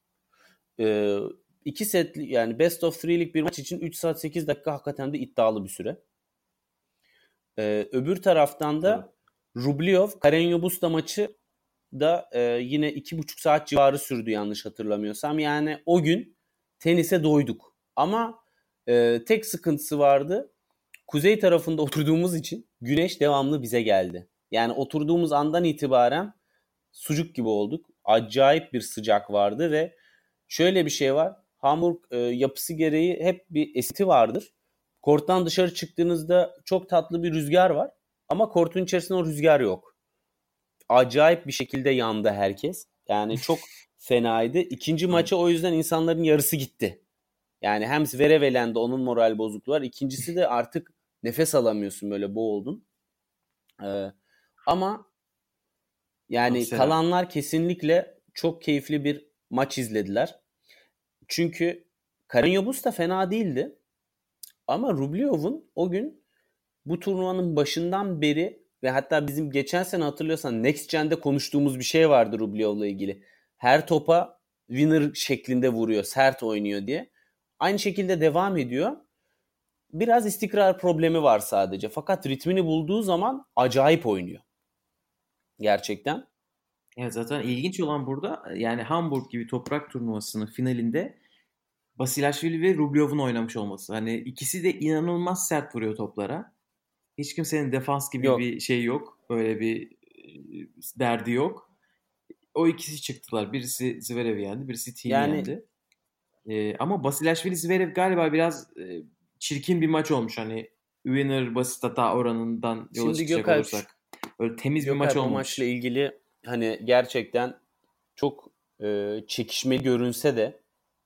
[SPEAKER 3] Ee, iki setli yani best of three'lik bir maç için üç saat sekiz dakika hakikaten de iddialı bir süre. Ee, öbür taraftan da evet. Rublev Carreño Busta maçı da e, yine iki buçuk saat civarı sürdü yanlış hatırlamıyorsam. Yani o gün tenise doyduk. Ama e, tek sıkıntısı vardı. Kuzey tarafında oturduğumuz için güneş devamlı bize geldi. Yani oturduğumuz andan itibaren sucuk gibi olduk. Acayip bir sıcak vardı ve şöyle bir şey var. Hamburg e, yapısı gereği hep bir esinti vardır. Korttan dışarı çıktığınızda çok tatlı bir rüzgar var. Ama kortun içerisinde o rüzgar yok. Acayip bir şekilde yandı herkes. Yani çok fenaydı. İkinci maça o yüzden insanların yarısı gitti. Yani hem Zverev elendi, onun moral bozukluğu var. İkincisi de artık nefes alamıyorsun, böyle boğuldun. Ee, ama yani Aksera. Kalanlar kesinlikle çok keyifli bir maç izlediler. Çünkü Carreño Busta fena değildi. Ama Rublev'un o gün bu turnuvanın başından beri ve hatta bizim geçen sene hatırlıyorsan Next Gen'de konuştuğumuz bir şey vardı Rublev'la ilgili. Her topa winner şeklinde vuruyor, sert oynuyor diye. Aynı şekilde devam ediyor. Biraz istikrar problemi var sadece. Fakat ritmini bulduğu zaman acayip oynuyor. Gerçekten.
[SPEAKER 2] Evet, zaten ilginç olan burada yani Hamburg gibi toprak turnuvasının finalinde Basilashvili ve Rublev'un oynamış olması. Hani ikisi de inanılmaz sert vuruyor toplara. Hiç kimsenin defans gibi yok. bir şey yok. Böyle bir derdi yok. O ikisi çıktılar. Birisi Zverev'i yendi, birisi Thiem'i yani... yendi. Ee, ama Basilashvili Zverev galiba biraz e, çirkin bir maç olmuş. Hani winner basit hata oranından yola
[SPEAKER 3] Şimdi
[SPEAKER 2] çıkacak
[SPEAKER 3] Gökalp,
[SPEAKER 2] olursak. Öyle temiz
[SPEAKER 3] Gökalp,
[SPEAKER 2] bir maç olmamış.
[SPEAKER 3] O maçla ilgili hani gerçekten çok e, çekişmeli görünse de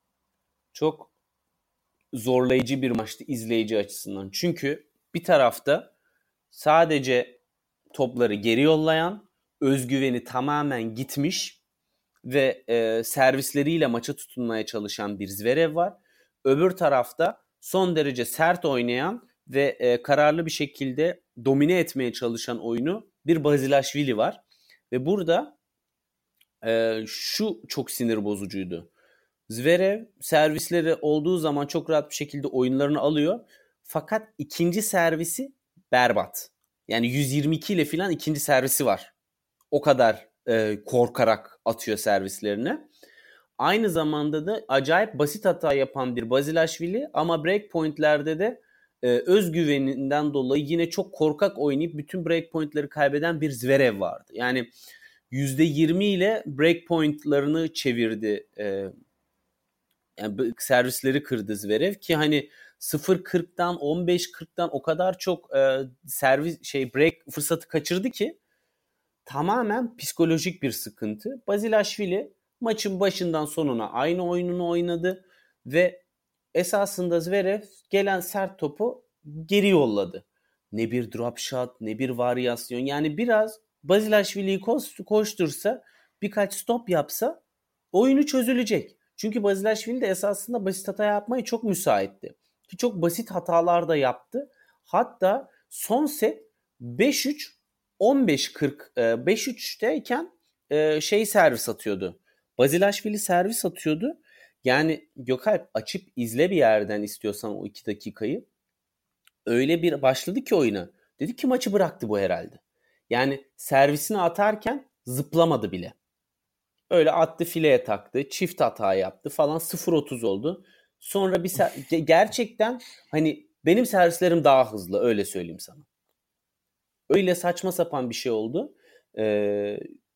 [SPEAKER 3] çok zorlayıcı bir maçtı izleyici açısından. Çünkü bir tarafta sadece topları geri yollayan, özgüveni tamamen gitmiş, ve e, servisleriyle maça tutunmaya çalışan bir Zverev var. Öbür tarafta son derece sert oynayan ve e, kararlı bir şekilde domine etmeye çalışan oyunu bir Basilashvili var. Ve burada e, şu çok sinir bozucuydu. Zverev servisleri olduğu zaman çok rahat bir şekilde oyunlarını alıyor. Fakat ikinci servisi berbat. Yani yüz yirmi iki ile filan ikinci servisi var. O kadar e, korkarak atıyor servislerini. Aynı zamanda da acayip basit hata yapan bir Basilashvili ama breakpointlerde de e, özgüveninden dolayı yine çok korkak oynayıp bütün breakpointleri kaybeden bir Zverev vardı. Yani yüzde yirmi ile breakpointlarını çevirdi. E, yani servisleri kırdı Zverev ki hani sıfır kırktan on beş kırktan o kadar çok e, servis şey break fırsatı kaçırdı ki tamamen psikolojik bir sıkıntı. Basilashvili maçın başından sonuna aynı oyununu oynadı ve esasında Zverev gelen sert topu geri yolladı. Ne bir drop shot, ne bir varyasyon. Yani biraz Basilashvili'yi koştursa, birkaç stop yapsa oyunu çözülecek. Çünkü Basilashvili de esasında basit hata yapmaya çok müsaitti. Ki çok basit hatalar da yaptı. Hatta son set beş üç on beş kırk beş üçteyken şey servis atıyordu. Basilashvili servis atıyordu. Yani Gökalp açıp izle bir yerden istiyorsan o iki dakikayı. Öyle bir başladı ki oyuna. Dedi ki maçı bıraktı bu herhalde. Yani servisini atarken zıplamadı bile. Öyle attı, fileye taktı, çift hata yaptı falan, sıfır otuz oldu. Sonra bir ser- gerçekten hani benim servislerim daha hızlı, öyle söyleyeyim sana. Öyle saçma sapan bir şey oldu. Ee,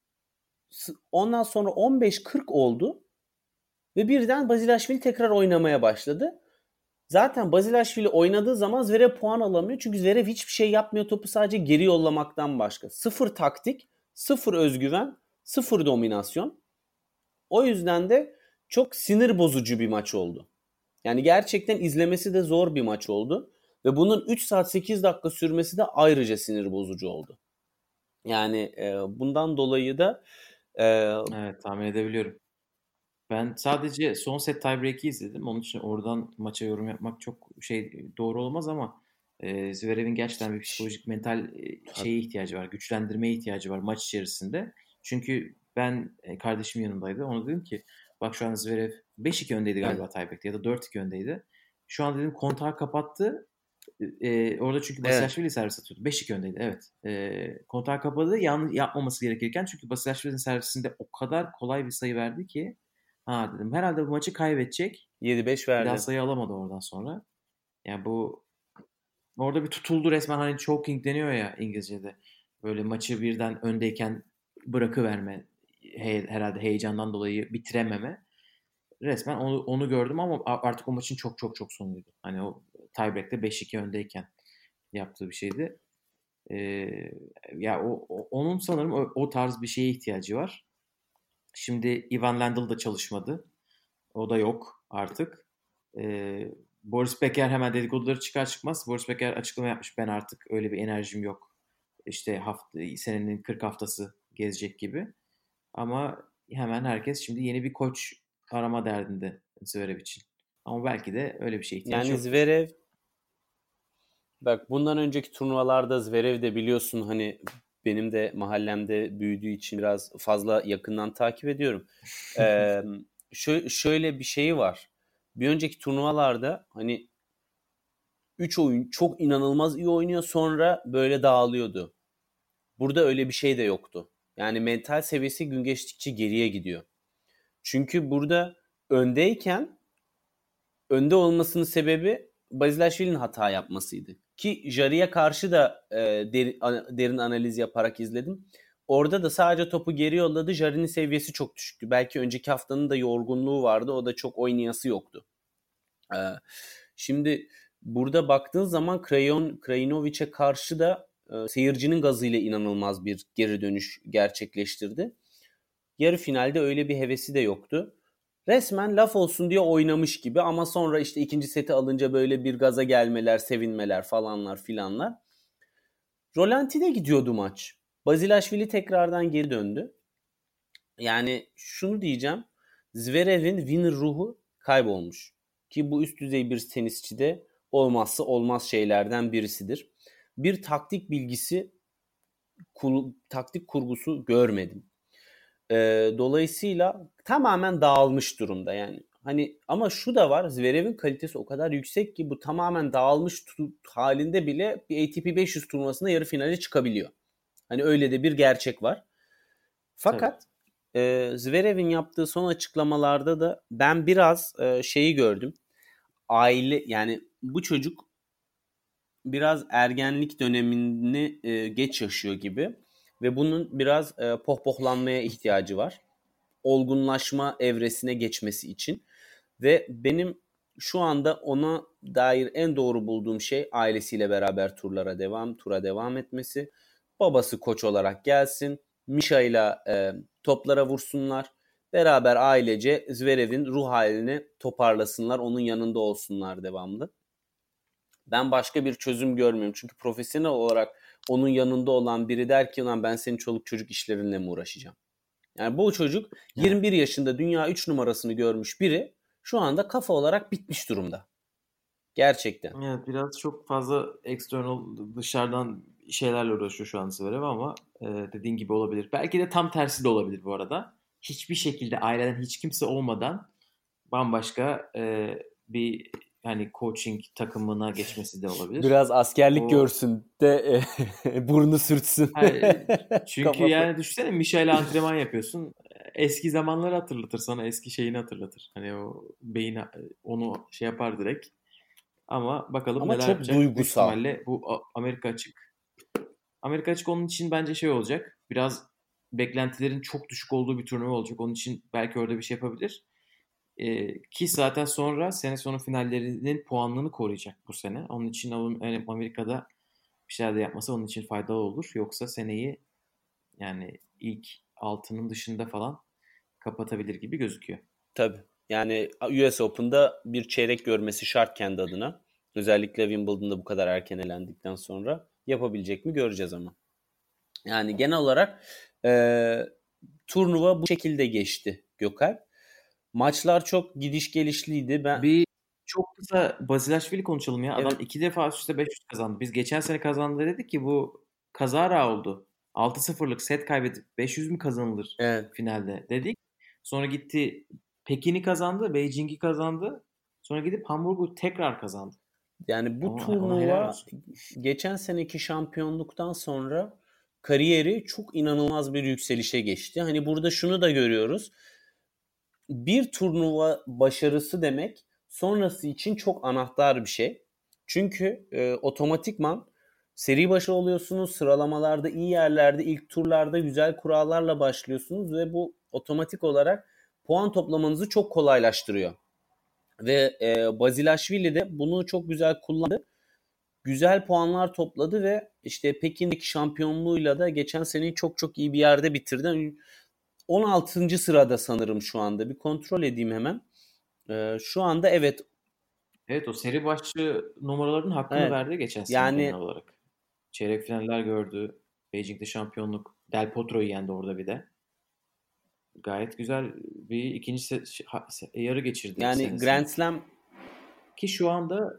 [SPEAKER 3] ondan sonra on beş kırk oldu ve birden Basilashvili tekrar oynamaya başladı. Zaten Basilashvili oynadığı zaman Zverev puan alamıyor. Çünkü Zverev hiçbir şey yapmıyor. Topu sadece geri yollamaktan başka. Sıfır taktik, sıfır özgüven, sıfır dominasyon. O yüzden de çok sinir bozucu bir maç oldu. Yani gerçekten izlemesi de zor bir maç oldu. Ve bunun üç saat sekiz dakika sürmesi de ayrıca sinir bozucu oldu. Yani e, bundan dolayı da e,
[SPEAKER 2] Evet, tahmin edebiliyorum. Ben sadece son set tiebreak'i izledim. Onun için oradan maça yorum yapmak çok şey doğru olmaz ama e, Zverev'in gerçekten bir psikolojik mental e, şeye ihtiyacı var. Güçlendirmeye ihtiyacı var maç içerisinde. Çünkü ben e, kardeşim yanındaydı. Ona dedim ki bak şu an Zverev beş iki öndeydi galiba tiebreak'te ya da dört iki öndeydi. Şu an dedim kontağı kapattı. E, orada çünkü
[SPEAKER 3] evet.
[SPEAKER 2] Basilashvili servis atıyordu. beş iki öndeydi evet. E, kontağı kapadı. Yanlış yapmaması gerekirken çünkü Basilashvili'nin servisinde o kadar kolay bir sayı verdi ki ha dedim herhalde bu maçı kaybedecek.
[SPEAKER 3] yedi beş
[SPEAKER 2] Bir daha
[SPEAKER 3] verdi.
[SPEAKER 2] sayı alamadı oradan sonra. Yani bu orada bir tutuldu resmen, hani choking deniyor ya İngilizce'de. Böyle maçı birden öndeyken bırakıverme, he, herhalde heyecandan dolayı bitirememe. Resmen onu, onu gördüm ama artık o maçın çok çok çok sonuydu. Hani o tiebreak'te beş iki öndeyken yaptığı bir şeydi. Ee, ya o, o- onun sanırım o, o tarz bir şeye ihtiyacı var. Şimdi Ivan Lendl da çalışmadı. O da yok artık. Ee, Boris Becker hemen dedikoduları çıkar çıkmaz. Boris Becker açıklama yapmış. Ben artık öyle bir enerjim yok. İşte hafta, senenin kırk haftası gezecek gibi. Ama hemen herkes şimdi yeni bir koç arama derdinde Zverev için. Ama belki de öyle bir şeye ihtiyaç
[SPEAKER 3] Yani
[SPEAKER 2] yoktur.
[SPEAKER 3] Zverev, bak bundan önceki turnuvalarda Zverev de biliyorsun hani benim de mahallemde büyüdüğü için biraz fazla yakından takip ediyorum. Ee, şö- şöyle bir şeyi var. Bir önceki turnuvalarda hani üç oyun çok inanılmaz iyi oynuyor, sonra böyle dağılıyordu. Burada öyle bir şey de yoktu. Yani mental seviyesi gün geçtikçe geriye gidiyor. Çünkü burada öndeyken önde olmasının sebebi Basilashvili'nin hata yapmasıydı. Ki Jari'ye karşı da e, derin, derin analiz yaparak izledim. Orada da sadece topu geri yolladı. Jari'nin seviyesi çok düşüktü. Belki önceki haftanın da yorgunluğu vardı. O da çok oynayası yoktu. E, şimdi burada baktığın zaman Krayon, Krajinovic'e karşı da e, seyircinin gazıyla inanılmaz bir geri dönüş gerçekleştirdi. Yarı finalde öyle bir hevesi de yoktu. Resmen laf olsun diye oynamış gibi ama sonra işte ikinci seti alınca böyle bir gaza gelmeler, sevinmeler falanlar filanlar. Rolanti'de gidiyordu maç. Basilashvili tekrardan geri döndü. Yani şunu diyeceğim. Zverev'in winner ruhu kaybolmuş. Ki bu üst düzey bir tenisçide olmazsa olmaz şeylerden birisidir. Bir taktik bilgisi, kul- taktik kurgusu görmedim. Ee, dolayısıyla tamamen dağılmış durumda yani. Hani ama şu da var. Zverev'in kalitesi o kadar yüksek ki bu tamamen dağılmış tu- halinde bile bir A T P beş yüz turnuvasında yarı finale çıkabiliyor. Hani öyle de bir gerçek var.
[SPEAKER 2] Tabii.
[SPEAKER 3] Fakat e, Zverev'in yaptığı son açıklamalarda da ben biraz e, şeyi gördüm. Aile yani bu çocuk biraz ergenlik dönemini e, geç yaşıyor gibi ve bunun biraz e, pohpohlanmaya ihtiyacı var. Olgunlaşma evresine geçmesi için ve benim şu anda ona dair en doğru bulduğum şey ailesiyle beraber turlara devam, tura devam etmesi. Babası koç olarak gelsin. Misha ile e, toplara vursunlar. Beraber ailece Zverev'in ruh halini toparlasınlar. Onun yanında olsunlar devamlı. Ben başka bir çözüm görmüyorum. Çünkü profesyonel olarak onun yanında olan biri der ki lan ben senin çoluk çocuk işlerinle mi uğraşacağım? Yani bu çocuk
[SPEAKER 2] Evet.
[SPEAKER 3] yirmi bir yaşında dünya üç numarasını görmüş biri şu anda kafa olarak bitmiş durumda. Gerçekten.
[SPEAKER 2] Evet, biraz çok fazla external dışarıdan şeylerle uğraşıyor şu an Zverev ama e, dediğin gibi olabilir. Belki de tam tersi de olabilir bu arada. Hiçbir şekilde aileden hiç kimse olmadan bambaşka e, bir hani coaching takımına geçmesi de olabilir.
[SPEAKER 3] Biraz askerlik
[SPEAKER 2] O
[SPEAKER 3] görsün de e, burnu sürtsün
[SPEAKER 2] yani, çünkü
[SPEAKER 3] kafası.
[SPEAKER 2] yani düşünsene Mişa'yla antrenman yapıyorsun. Eski zamanları hatırlatır sana, eski şeyini hatırlatır. Hani o beyin onu şey yapar direkt. Ama bakalım
[SPEAKER 3] Ama
[SPEAKER 2] neler
[SPEAKER 3] çok
[SPEAKER 2] yapacak. Büyük
[SPEAKER 3] duygusal.
[SPEAKER 2] ihtimalle bu A- Amerika açık. Amerika açık onun için bence şey olacak. Biraz beklentilerin çok düşük olduğu bir turnuva olacak. Onun için belki orada bir şey yapabilir. Ee, ki zaten sonra sene sonu finallerinin puanını koruyacak bu sene. Onun için yani Amerika'da bir şeyler de yapması onun için faydalı olur. Yoksa seneyi yani ilk altının dışında falan kapatabilir gibi gözüküyor.
[SPEAKER 3] Tabii. Yani U S Open'da bir çeyrek görmesi şart kendi adına. Özellikle Wimbledon'da bu kadar erken elendikten sonra yapabilecek mi göreceğiz ama. Yani genel olarak e, turnuva bu şekilde geçti Gökalp. Maçlar çok gidiş gelişliydi. Ben
[SPEAKER 2] Bir çok kısa Basilashvili konuşalım ya. Adam
[SPEAKER 3] evet
[SPEAKER 2] iki defa üst üste beş yüz kazandı. Biz geçen sene kazandı dedik ki bu kazara oldu. altı sıfırlık set kaybedip beş yüz mü kazanılır
[SPEAKER 3] evet.
[SPEAKER 2] finalde dedik. Sonra gitti Pekin'i kazandı, Beijing'i kazandı. Sonra gidip Hamburg'u tekrar kazandı.
[SPEAKER 3] Yani bu
[SPEAKER 2] Ona, ona helal
[SPEAKER 3] turnuva
[SPEAKER 2] olsun.
[SPEAKER 3] geçen seneki şampiyonluktan sonra kariyeri çok inanılmaz bir yükselişe geçti. Hani burada şunu da görüyoruz. Bir turnuva başarısı demek sonrası için çok anahtar bir şey. Çünkü e, otomatikman seri başı oluyorsunuz. Sıralamalarda iyi yerlerde, ilk turlarda güzel kurallarla başlıyorsunuz ve bu otomatik olarak puan toplamanızı çok kolaylaştırıyor. Ve e, Bazilashvili de bunu çok güzel kullandı. Güzel puanlar topladı ve işte Pekin'deki şampiyonluğuyla da geçen seneyi çok çok iyi bir yerde bitirdi. on altıncı sırada sanırım şu anda. Bir kontrol edeyim hemen. Ee, şu anda evet.
[SPEAKER 2] Evet o seri başı numaraların hakkını
[SPEAKER 3] Evet.
[SPEAKER 2] verdi geçen sene genel
[SPEAKER 3] Yani
[SPEAKER 2] olarak. Çeyrek finaller gördü. Beijing'de şampiyonluk. Del Potro'yu yendi orada bir de. Gayet güzel bir ikinci se- ha- se- yarı geçirdi
[SPEAKER 3] yani Grand
[SPEAKER 2] senesini.
[SPEAKER 3] Slam
[SPEAKER 2] Ki şu anda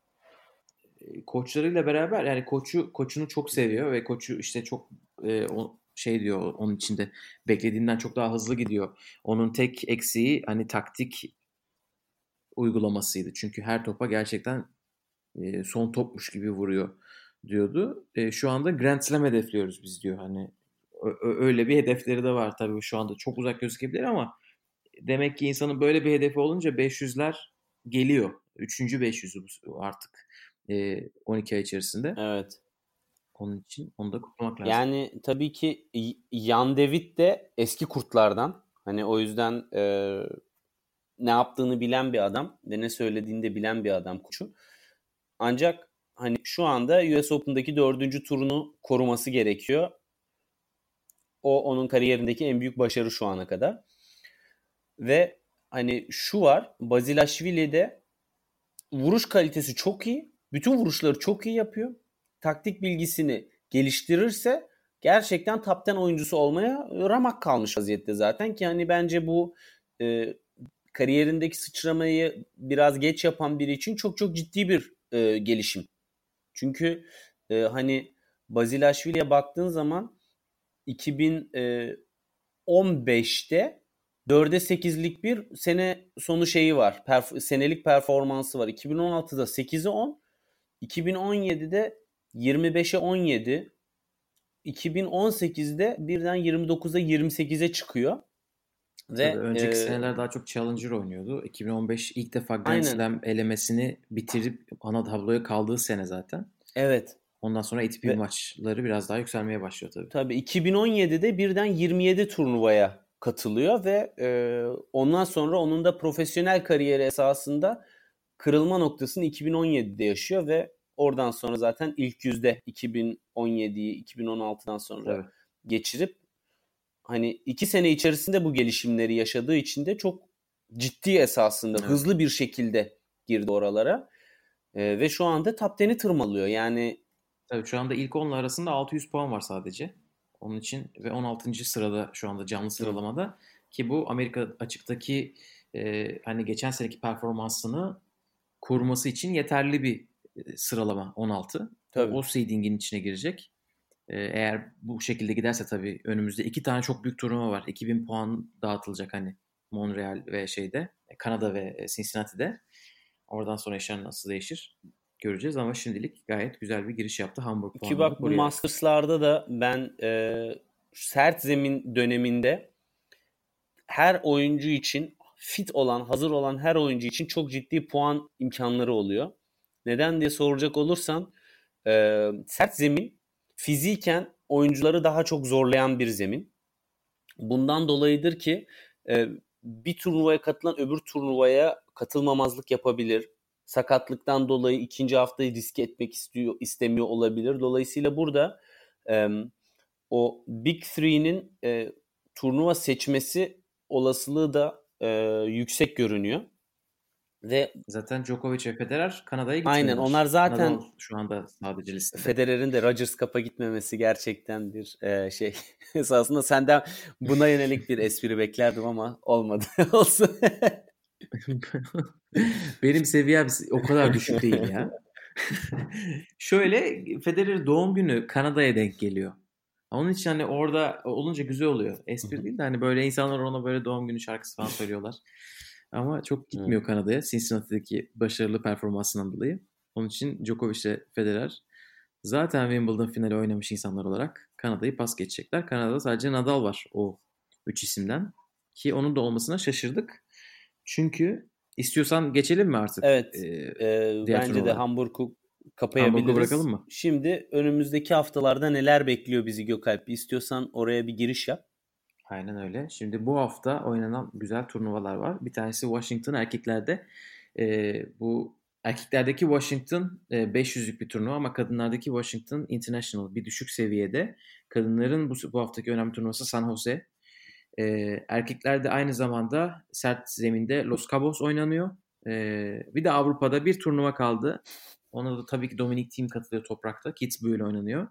[SPEAKER 2] e, koçlarıyla beraber yani koçu koçunu çok seviyor ve koçu işte çok e, o şey diyor onun içinde beklediğinden çok daha hızlı gidiyor. Onun tek eksiği hani taktik uygulamasıydı. Çünkü her topa gerçekten e, son topmuş gibi vuruyor diyordu. E, şu anda Grand Slam hedefliyoruz biz diyor. Hani ö- ö- öyle bir hedefleri de var tabii şu anda çok uzak gözükebilir ama demek ki insanın böyle bir hedefi olunca beş yüzler geliyor. Üçüncü beş yüzü bu artık e, on iki ay içerisinde.
[SPEAKER 3] evet.
[SPEAKER 2] Onun için onu da kutlamak lazım.
[SPEAKER 3] Yani tabii ki Jan David de eski kurtlardan. Hani o yüzden e, ne yaptığını bilen bir adam ve ne söylediğini de bilen bir adam koçu. Ancak hani şu anda U S Open'daki dördüncü turunu koruması gerekiyor. O onun kariyerindeki en büyük başarı şu ana kadar. Ve hani şu var. Bazilashvili'de vuruş kalitesi çok iyi. Bütün vuruşları çok iyi yapıyor. Taktik bilgisini geliştirirse gerçekten top on oyuncusu olmaya ramak kalmış vaziyette zaten ki hani bence bu e, kariyerindeki sıçramayı biraz geç yapan biri için çok çok ciddi bir e, gelişim. Çünkü e, hani Basilashvili'ye baktığın zaman iki bin on beşte dörde sekizlik bir sene sonu şeyi var. Perf- senelik performansı var. iki bin on altıda sekize on, iki bin on yedide yirmi beşe on yedi, iki bin on sekizde birden yirmi dokuza yirmi sekize çıkıyor.
[SPEAKER 2] Tabii
[SPEAKER 3] Ve
[SPEAKER 2] önceki
[SPEAKER 3] e,
[SPEAKER 2] seneler daha çok Challenger oynuyordu. iki bin on beş ilk defa Grand
[SPEAKER 3] aynen.
[SPEAKER 2] Slam elemesini bitirip ana tabloya kaldığı sene zaten.
[SPEAKER 3] Evet.
[SPEAKER 2] Ondan sonra A T P
[SPEAKER 3] Ve
[SPEAKER 2] maçları biraz daha yükselmeye başlıyor tabii.
[SPEAKER 3] tabii iki bin on yedide birden yirmi yedi turnuvaya katılıyor ve e, ondan sonra onun da profesyonel kariyeri esasında kırılma noktasını iki bin on yedide yaşıyor ve oradan sonra zaten ilk yüzde iki bin on yediyi iki bin on altıdan sonra
[SPEAKER 2] Tabii.
[SPEAKER 3] geçirip hani iki sene içerisinde bu gelişimleri yaşadığı için de çok ciddi esasında
[SPEAKER 2] Evet.
[SPEAKER 3] hızlı bir şekilde girdi oralara. E, ve şu anda top on'u tırmalıyor. Yani
[SPEAKER 2] Tabii şu anda ilk onla arasında altı yüz puan var sadece. Onun için ve on altıncı sırada şu anda canlı sıralamada ki bu Amerika açıktaki e, hani geçen seneki performansını koruması için yeterli bir e, sıralama on altı.
[SPEAKER 3] tabii.
[SPEAKER 2] O, o seeding'in içine girecek. E, eğer bu şekilde giderse tabii önümüzde iki tane çok büyük turnuva var. iki bin puan dağıtılacak hani Montreal ve şeyde Kanada ve Cincinnati'de. Oradan sonra işler nasıl değişir göreceğiz ama şimdilik gayet güzel bir giriş yaptı Hamburg
[SPEAKER 3] Ki
[SPEAKER 2] puanlarını
[SPEAKER 3] bak bu
[SPEAKER 2] koruyarak.
[SPEAKER 3] Masters'larda da ben e, sert zemin döneminde her oyuncu için fit olan, hazır olan her oyuncu için çok ciddi puan imkanları oluyor. Neden diye soracak olursan e, sert zemin fiziken oyuncuları daha çok zorlayan bir zemin. Bundan dolayıdır ki e, bir turnuvaya katılan öbür turnuvaya katılmamazlık yapabilir. Sakatlıktan dolayı ikinci haftayı riske etmek istiyor, istemiyor olabilir. Dolayısıyla burada e, o Big Three'nin e, turnuva seçmesi olasılığı da e, yüksek görünüyor. Ve
[SPEAKER 2] Zaten Djokovic ve Federer Kanada'ya
[SPEAKER 3] aynen onlar
[SPEAKER 2] gitmiyorlar.
[SPEAKER 3] zaten
[SPEAKER 2] Nadal şu anda sadece listede.
[SPEAKER 3] Federer'in de Rogers Cup'a gitmemesi gerçekten bir e, şey. Esasında senden buna yönelik bir espri beklerdim ama olmadı. Olsun.
[SPEAKER 2] Benim seviyem o kadar düşük değil ya. Şöyle Federer doğum günü Kanada'ya denk geliyor. Onun için hani orada olunca güzel oluyor. Espri değil de hani böyle insanlar ona böyle doğum günü şarkısı falan söylüyorlar. Ama çok gitmiyor Kanada'ya Cincinnati'deki başarılı performansından dolayı. Onun için Djokovic ile Federer zaten Wimbledon finali oynamış insanlar olarak Kanada'yı pas geçecekler. Kanada'da sadece Nadal var o üç isimden. Ki onun da olmasına şaşırdık. Çünkü istiyorsan geçelim mi artık
[SPEAKER 3] Evet.
[SPEAKER 2] e,
[SPEAKER 3] E,
[SPEAKER 2] diğer
[SPEAKER 3] bence de
[SPEAKER 2] turnuvalara?
[SPEAKER 3] Hamburg'u
[SPEAKER 2] Hamburg'u
[SPEAKER 3] kapayabiliriz.
[SPEAKER 2] bırakalım mı?
[SPEAKER 3] Şimdi önümüzdeki haftalarda neler bekliyor bizi Gökalp? İstiyorsan oraya bir giriş yap.
[SPEAKER 2] Aynen öyle. Şimdi bu hafta oynanan güzel turnuvalar var. Bir tanesi Washington erkeklerde. E, bu erkeklerdeki Washington e, beş yüzlük bir turnuva ama kadınlardaki Washington International bir düşük seviyede. Kadınların bu, bu haftaki önemli turnuvası San Jose. E, erkeklerde aynı zamanda sert zeminde Los Cabos oynanıyor. E, bir de Avrupa'da bir turnuva kaldı. Ona da tabii ki Dominic Thiem katılıyor toprakta. Kitzbühel oynanıyor.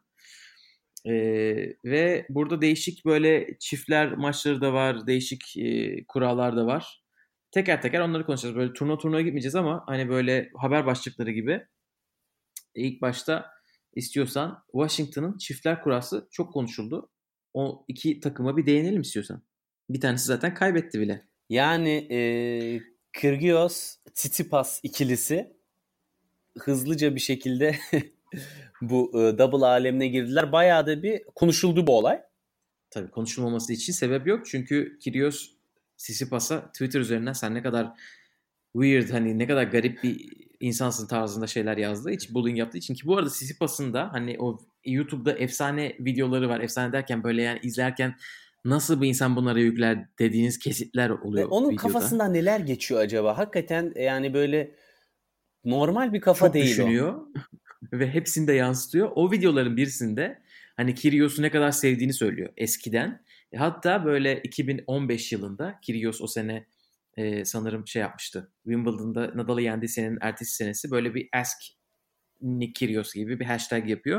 [SPEAKER 2] Ee, ve burada değişik böyle çiftler maçları da var. Değişik e, kurallar da var. Teker teker onları konuşacağız. Böyle turnuva turnuva gitmeyeceğiz ama hani böyle haber başlıkları gibi. İlk başta istiyorsan Washington'ın çiftler kurası çok konuşuldu. O iki takıma bir değinelim istiyorsan. Bir tanesi zaten kaybetti bile.
[SPEAKER 3] Yani e, Kyrgios Tsitsipas ikilisi hızlıca bir şekilde bu e, double alemine girdiler. Bayağı da bir konuşuldu bu olay.
[SPEAKER 2] Tabii konuşulmaması için sebep yok. Çünkü Kyrgios Tsitsipas'a Twitter üzerinden sen ne kadar weird hani ne kadar garip bir insansın tarzında şeyler yazdığı için bullying yaptığı için ki bu arada Tsitsipas'ın da hani o YouTube'da efsane videoları var. Efsane derken böyle yani izlerken nasıl bir insan bunlara yükler dediğiniz kesitler
[SPEAKER 3] Ve
[SPEAKER 2] oluyor
[SPEAKER 3] onun
[SPEAKER 2] videoda.
[SPEAKER 3] kafasından neler geçiyor acaba? Hakikaten yani böyle normal bir kafa
[SPEAKER 2] Çok
[SPEAKER 3] değil
[SPEAKER 2] düşünüyor ve hepsini de yansıtıyor. O videoların birisinde hani Kyrgios'u ne kadar sevdiğini söylüyor eskiden. E, hatta böyle iki bin on beş yılında Kyrgios o sene e, sanırım şey yapmıştı. Wimbledon'da Nadal'ı yendiği senenin ertesi senesi böyle bir Ask Nick Kyrgios gibi bir hashtag yapıyor.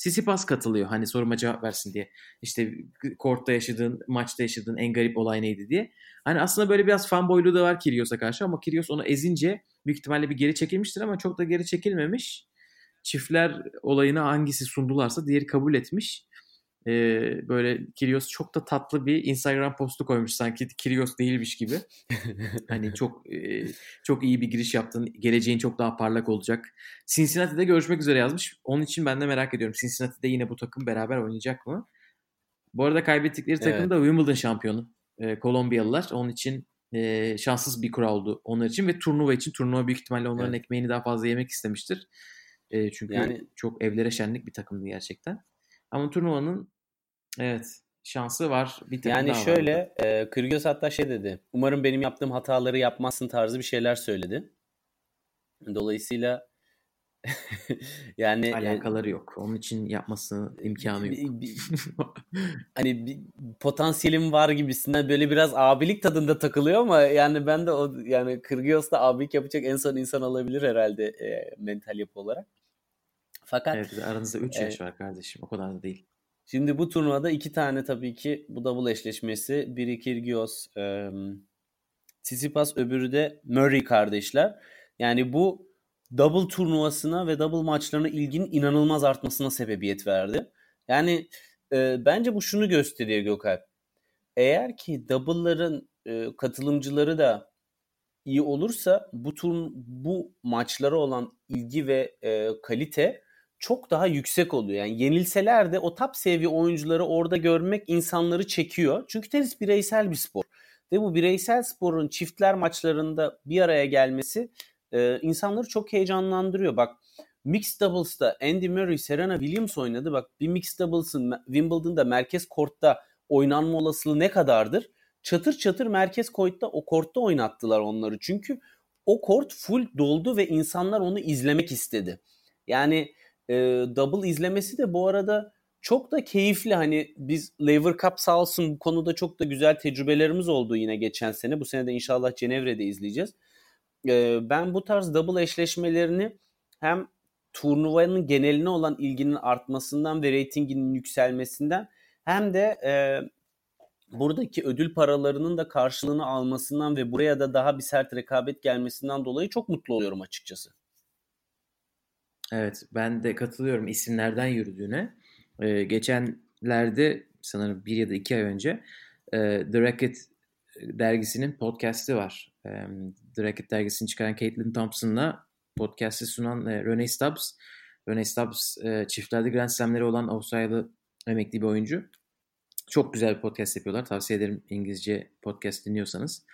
[SPEAKER 2] Tsitsipas katılıyor hani soruma cevap versin diye. İşte kortta yaşadığın, maçta yaşadığın en garip olay neydi diye. Hani aslında böyle biraz fanboyluğu da var Kyrgios'a karşı ama Kyrgios onu ezince büyük ihtimalle bir geri çekilmiştir ama çok da geri çekilmemiş. Çiftler olayını hangisi sundularsa diğeri kabul etmiş. Ee, böyle Kyrgios çok da tatlı bir Instagram postu koymuş sanki Kyrgios değilmiş gibi. Hani çok e, çok iyi bir giriş yaptın. Geleceğin çok daha parlak olacak. Cincinnati'de görüşmek üzere yazmış. Onun için ben de merak ediyorum. Cincinnati'de yine bu takım beraber oynayacak mı? Bu arada kaybettikleri takım
[SPEAKER 3] Evet.
[SPEAKER 2] da Wimbledon şampiyonu. E, Kolombiyalılar. Onun için e, şanssız bir kura oldu onlar için ve turnuva için. Turnuva büyük ihtimalle onların
[SPEAKER 3] Evet.
[SPEAKER 2] ekmeğini daha fazla yemek istemiştir. E, çünkü
[SPEAKER 3] Yani
[SPEAKER 2] çok evlere şenlik bir takımdı gerçekten. Ama turnuvanın evet şansı var. Bir takım
[SPEAKER 3] yani
[SPEAKER 2] daha var burada.
[SPEAKER 3] şöyle e, Kyrgios hatta şey dedi. Umarım benim yaptığım hataları yapmazsın tarzı bir şeyler söyledi. Dolayısıyla yani e,
[SPEAKER 2] Alakaları yok. Onun için yapması imkanı yok.
[SPEAKER 3] bir- bir- hani bir potansiyelim var gibisinden böyle biraz abilik tadında takılıyor ama yani ben de o yani Kyrgios da abilik yapacak en son insan olabilir herhalde e, mental yapı olarak. Fakat
[SPEAKER 2] Evet, bir de aranızda üç
[SPEAKER 3] e,
[SPEAKER 2] yaş var kardeşim. O kadar da değil.
[SPEAKER 3] şimdi bu turnuvada iki tane tabii ki bu double eşleşmesi. Biri Kyrgios, e, Tsitsipas, öbürü de Murray kardeşler. Yani bu double turnuvasına ve double maçlarına ilginin inanılmaz artmasına sebebiyet verdi. Yani e, bence bu şunu gösteriyor Gökalp. Eğer ki double'ların e, katılımcıları da iyi olursa bu turn bu maçlara olan ilgi ve e, kalite çok daha yüksek oluyor. Yani yenilseler de o top seviye oyuncuları orada görmek insanları çekiyor. Çünkü tenis bireysel bir spor. Ve bu bireysel sporun çiftler maçlarında bir araya gelmesi e, insanları çok heyecanlandırıyor. Bak Mixed Doubles'ta Andy Murray, Serena Williams oynadı. Bak bir Mixed Doubles'ın Wimbledon'da merkez kortta oynanma olasılığı ne kadardır? Çatır çatır merkez kortta o kortta oynattılar onları. Çünkü o kort full doldu ve insanlar onu izlemek istedi. Yani e, double izlemesi de bu arada çok da keyifli. Hani biz Lever Cup sağ olsun bu konuda çok da güzel tecrübelerimiz oldu yine geçen sene. Bu sene de inşallah Cenevre'de izleyeceğiz. E, ben bu tarz double eşleşmelerini hem turnuvanın geneline olan ilginin artmasından ve reytinginin yükselmesinden hem de e, buradaki ödül paralarının da karşılığını almasından ve buraya da daha bir sert rekabet gelmesinden dolayı çok mutlu oluyorum açıkçası.
[SPEAKER 2] Evet, ben de katılıyorum isimlerden yürüdüğüne. Ee, geçenlerde sanırım bir ya da iki ay önce e, The Racket dergisinin podcast'i var. E, The Racket dergisini çıkaran Caitlin Thompson'la podcast'i sunan e, Renee Stubbs. Renee Stubbs e, çiftlerde Grand Slam'leri olan Avustralyalı emekli bir oyuncu. Çok güzel bir podcast yapıyorlar. Tavsiye ederim İngilizce podcast dinliyorsanız.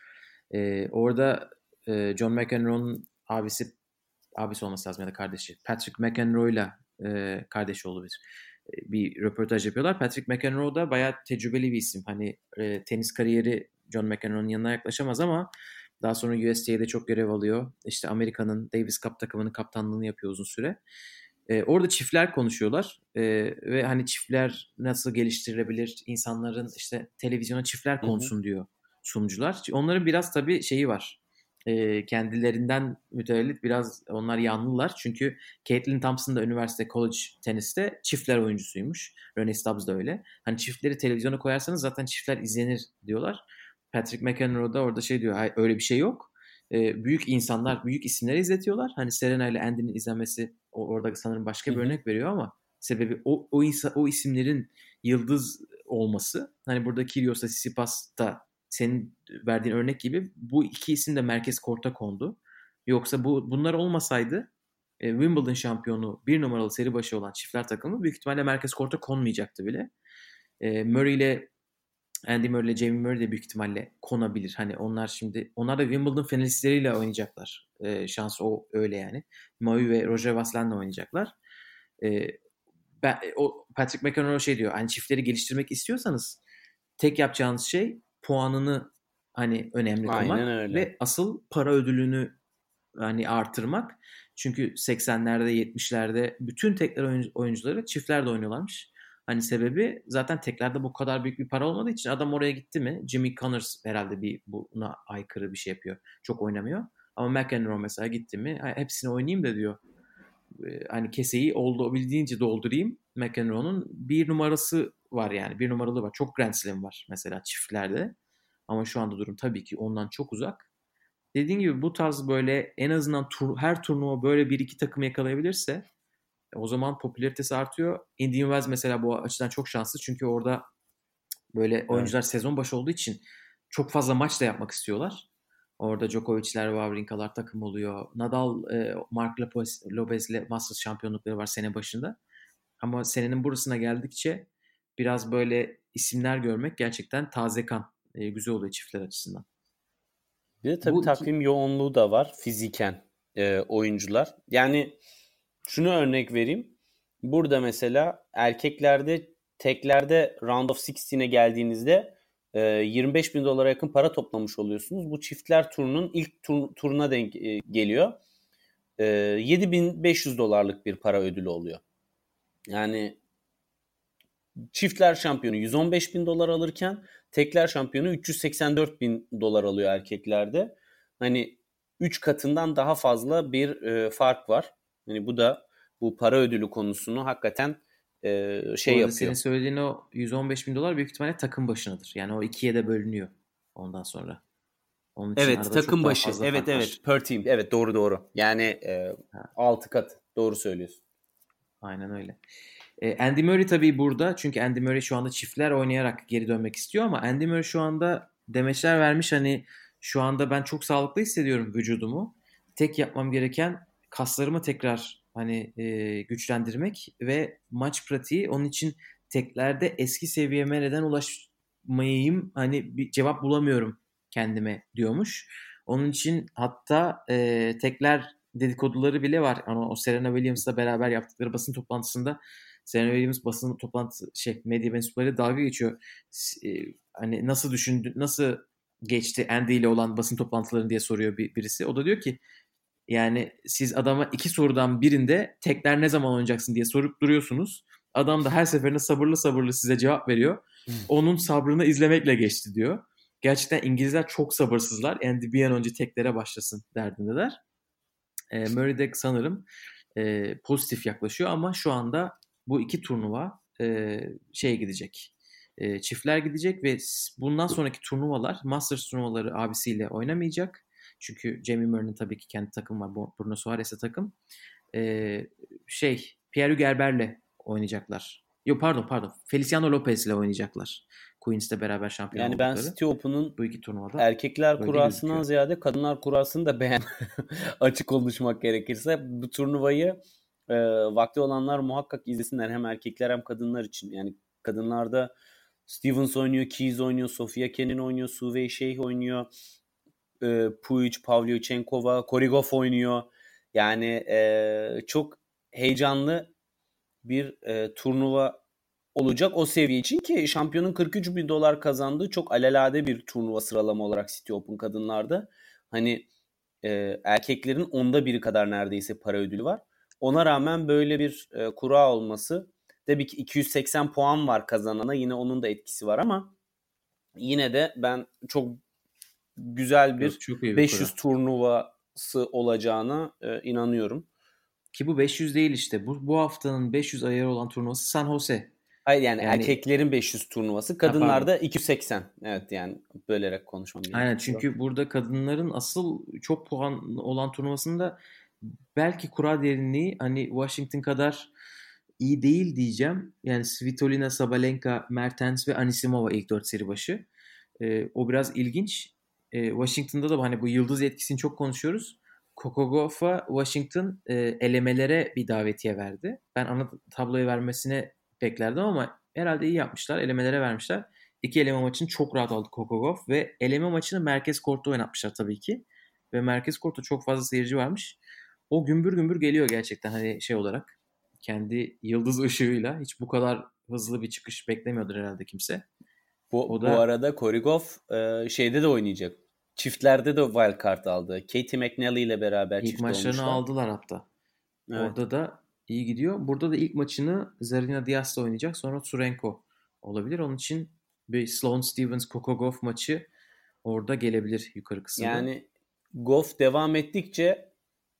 [SPEAKER 2] E, orada e, John McEnroe'nun abisi abisi olması lazım ya da kardeşi. Patrick McEnroe'yla e, kardeş oğlu bir e, bir röportaj yapıyorlar. Patrick McEnroe da bayağı tecrübeli bir isim. Hani e, tenis kariyeri John McEnroe'nun yanına yaklaşamaz ama daha sonra U S G'de çok görev alıyor. İşte Amerika'nın Davis Cup takımının kaptanlığını yapıyor uzun süre. E, orada çiftler konuşuyorlar e, ve hani çiftler nasıl geliştirilebilir, insanların işte televizyona çiftler konsun diyor sunucular. Onların biraz tabii şeyi var. E, kendilerinden mütevellit biraz onlar yanlılar. Çünkü Caitlin Thompson da üniversite college teniste çiftler oyuncusuymuş. Renee Stubbs da öyle. Hani çiftleri televizyona koyarsanız zaten çiftler izlenir diyorlar. Patrick McEnroe da orada şey diyor. Hayır, öyle bir şey yok. E, büyük insanlar, büyük isimleri izletiyorlar. Hani Serena ile Andy'nin izlenmesi orada sanırım başka bir
[SPEAKER 3] Hı hı.
[SPEAKER 2] örnek veriyor ama sebebi o o, insan, o isimlerin yıldız olması. Hani burada Kyrgios'ta, Tsitsipas'ta senin verdiğin örnek gibi bu iki isim de merkez korta kondu. Yoksa bu bunlar olmasaydı e, Wimbledon şampiyonu bir numaralı seri başı olan çiftler takımı büyük ihtimalle merkez korta konmayacaktı bile. E, Murray ile Andy Murray ile Jamie Murray de büyük ihtimalle konabilir. Hani onlar şimdi onlar da Wimbledon finalistleriyle oynayacaklar. E, şans o öyle yani. Mayu ve Roger Vassel'le oynayacaklar. E, ben, o Patrick McEnroe şey diyor. Hani çiftleri geliştirmek istiyorsanız tek yapacağınız şey puanını hani önemli
[SPEAKER 3] Aynen
[SPEAKER 2] kılmak
[SPEAKER 3] öyle.
[SPEAKER 2] ve asıl para ödülünü hani artırmak. Çünkü seksenlerde yetmişlerde bütün tekler oyuncuları çiftlerde oynuyorlarmış. Hani sebebi zaten teklerde bu kadar büyük bir para olmadığı için adam oraya gitti mi Jimmy Connors herhalde bir buna aykırı bir şey yapıyor. Çok oynamıyor. Ama McEnroe mesela gitti mi hepsini oynayayım da diyor. Hani keseyi olabildiğince doldurayım. McEnroe'nun bir numarası var yani. Bir numaralı var. Çok Grand Slam var mesela çiftlerde. Ama şu anda durum tabii ki ondan çok uzak. Dediğim gibi bu tarz böyle en azından tur, her turnuva böyle bir iki takım yakalayabilirse o zaman popülaritesi artıyor. Indian Wells mesela bu açıdan çok şanslı. Çünkü orada böyle oyuncular evet. sezon başı olduğu için çok fazla maç da yapmak istiyorlar. Orada Djokovic'ler, Wawrinka'lar takım oluyor. Nadal, e, Mark Lopez, Lopez'le Masters şampiyonlukları var sene başında. Ama senenin burasına geldikçe biraz böyle isimler görmek gerçekten taze kan. E, güzel oluyor çiftler açısından.
[SPEAKER 3] Bir de tabii Bu takvim iki... yoğunluğu da var fiziken e, oyuncular. Yani şunu örnek vereyim. Burada mesela erkeklerde teklerde Round of sixteen'e geldiğinizde e, yirmi beş bin dolara yakın para toplamış oluyorsunuz. Bu çiftler turunun ilk tur, turuna denk e, geliyor. E, yedi bin beş yüz dolarlık bir para ödülü oluyor. Yani çiftler şampiyonu yüz on beş bin dolar alırken tekler şampiyonu üç yüz seksen dört bin dolar alıyor erkeklerde. Hani üç katından daha fazla bir e, fark var. Hani bu da bu para ödülü konusunu hakikaten e, şey yapıyor.
[SPEAKER 2] Senin söylediğin o yüz on beş bin dolar büyük ihtimalle takım başınadır. Yani o ikiye de bölünüyor ondan sonra.
[SPEAKER 3] Onun için evet takım başı. Evet evet per team. Evet doğru doğru. Yani e, altı kat. Doğru söylüyorsun.
[SPEAKER 2] Aynen öyle. Andy Murray tabii burada. Çünkü Andy Murray şu anda çiftler oynayarak geri dönmek istiyor ama Andy Murray şu anda demeçler vermiş. Hani şu anda ben çok sağlıklı hissediyorum vücudumu. Tek yapmam gereken kaslarımı tekrar hani e, güçlendirmek ve maç pratiği. Onun için teklerde eski seviyeme neden ulaşmayayım hani bir cevap bulamıyorum kendime diyormuş. Onun için hatta e, tekler dedikoduları bile var. Yani o Serena Williams'la beraber yaptıkları basın toplantısında Serena Williams basın toplantısı şey medya mensupları dalga geçiyor. E, hani nasıl düşündü, nasıl geçti Andy ile olan basın toplantılarını diye soruyor bir, birisi. O da diyor ki yani siz adama iki sorudan birinde tekler ne zaman oynayacaksın diye sorup duruyorsunuz. Adam da her seferinde sabırlı sabırlı size cevap veriyor. Onun sabrını izlemekle geçti diyor. Gerçekten İngilizler çok sabırsızlar. Andy bir an önce teklere başlasın derdindeler. E, Murray de sanırım e, pozitif yaklaşıyor ama şu anda bu iki turnuva e, şeye gidecek. E, çiftler gidecek ve bundan sonraki turnuvalar Masters turnuvaları abisiyle oynamayacak. Çünkü Jamie Murray'nin tabii ki kendi takım var. Bruno Suarez'e takım. E, şey Pierre-Hugues Herbert'le oynayacaklar. Yok pardon pardon. Feliciano Lopez'le oynayacaklar. Queens'le beraber şampiyon
[SPEAKER 3] yani
[SPEAKER 2] oldukları.
[SPEAKER 3] Yani ben City Open'ın
[SPEAKER 2] bu iki turnuvada
[SPEAKER 3] erkekler kurasından ziyade kadınlar kurasını da beğen açık konuşmak gerekirse bu turnuvayı e, vakti olanlar muhakkak izlesinler hem erkekler hem kadınlar için. Yani kadınlarda Stevens oynuyor, Keys oynuyor, Sofia Kenin oynuyor, Suvey Şeyh oynuyor, e, Puig, Pavlyuchenkova, Korigov oynuyor. Yani e, çok heyecanlı bir e, turnuva olacak o seviye için ki şampiyonun kırk üç bin dolar kazandığı çok alelade bir turnuva sıralama olarak City Open kadınlarda. Hani e, erkeklerin onda biri kadar neredeyse para ödülü var. Ona rağmen böyle bir e, kura olması tabii ki iki yüz seksen puan var kazanana yine onun da etkisi var ama yine de ben çok güzel bir, çok bir beş yüz kura. Turnuvası olacağına e, inanıyorum.
[SPEAKER 2] Ki bu beş yüz değil işte. Bu, bu haftanın beş yüz ayarı olan turnuvası San Jose.
[SPEAKER 3] Hayır yani, yani erkeklerin beş yüz turnuvası, kadınlarda ha, iki yüz seksen. Evet yani bölerek konuşmam gerekiyor.
[SPEAKER 2] Aynen çünkü burada kadınların asıl çok puan olan turnuvasında belki kura derinliği hani Washington kadar iyi değil diyeceğim. Yani Svitolina, Sabalenka, Mertens ve Anisimova ilk dört seri başı. Ee, o biraz ilginç. Ee, Washington'da da hani bu yıldız etkisini çok konuşuyoruz. Coco Gauff'a Washington e, elemelere bir davetiye verdi. Ben ana tabloyu vermesine beklerdim ama herhalde iyi yapmışlar. Elemelere vermişler. İki eleme maçını çok rahat aldı Coco Gauff ve eleme maçını merkez kortta oynatmışlar tabii ki. Ve merkez kortta çok fazla seyirci varmış. O gümbür gümbür geliyor gerçekten hani şey olarak. Kendi yıldız ışığıyla hiç bu kadar hızlı bir çıkış beklemiyordur herhalde kimse.
[SPEAKER 3] Bu, o da... bu arada Korigov e, şeyde de oynayacak. Çiftlerde de wild card aldı. Katie McNally ile beraber
[SPEAKER 2] ilk
[SPEAKER 3] çift
[SPEAKER 2] maçlarını
[SPEAKER 3] olmuşlar.
[SPEAKER 2] aldılar hatta. Evet. Orada da iyi gidiyor. Burada da ilk maçını Zarina Diaz'la oynayacak. Sonra Tsurenko olabilir. Onun için bir Sloane Stevens Coco Gauff maçı orada gelebilir yukarı kısımda.
[SPEAKER 3] Yani Gauff devam ettikçe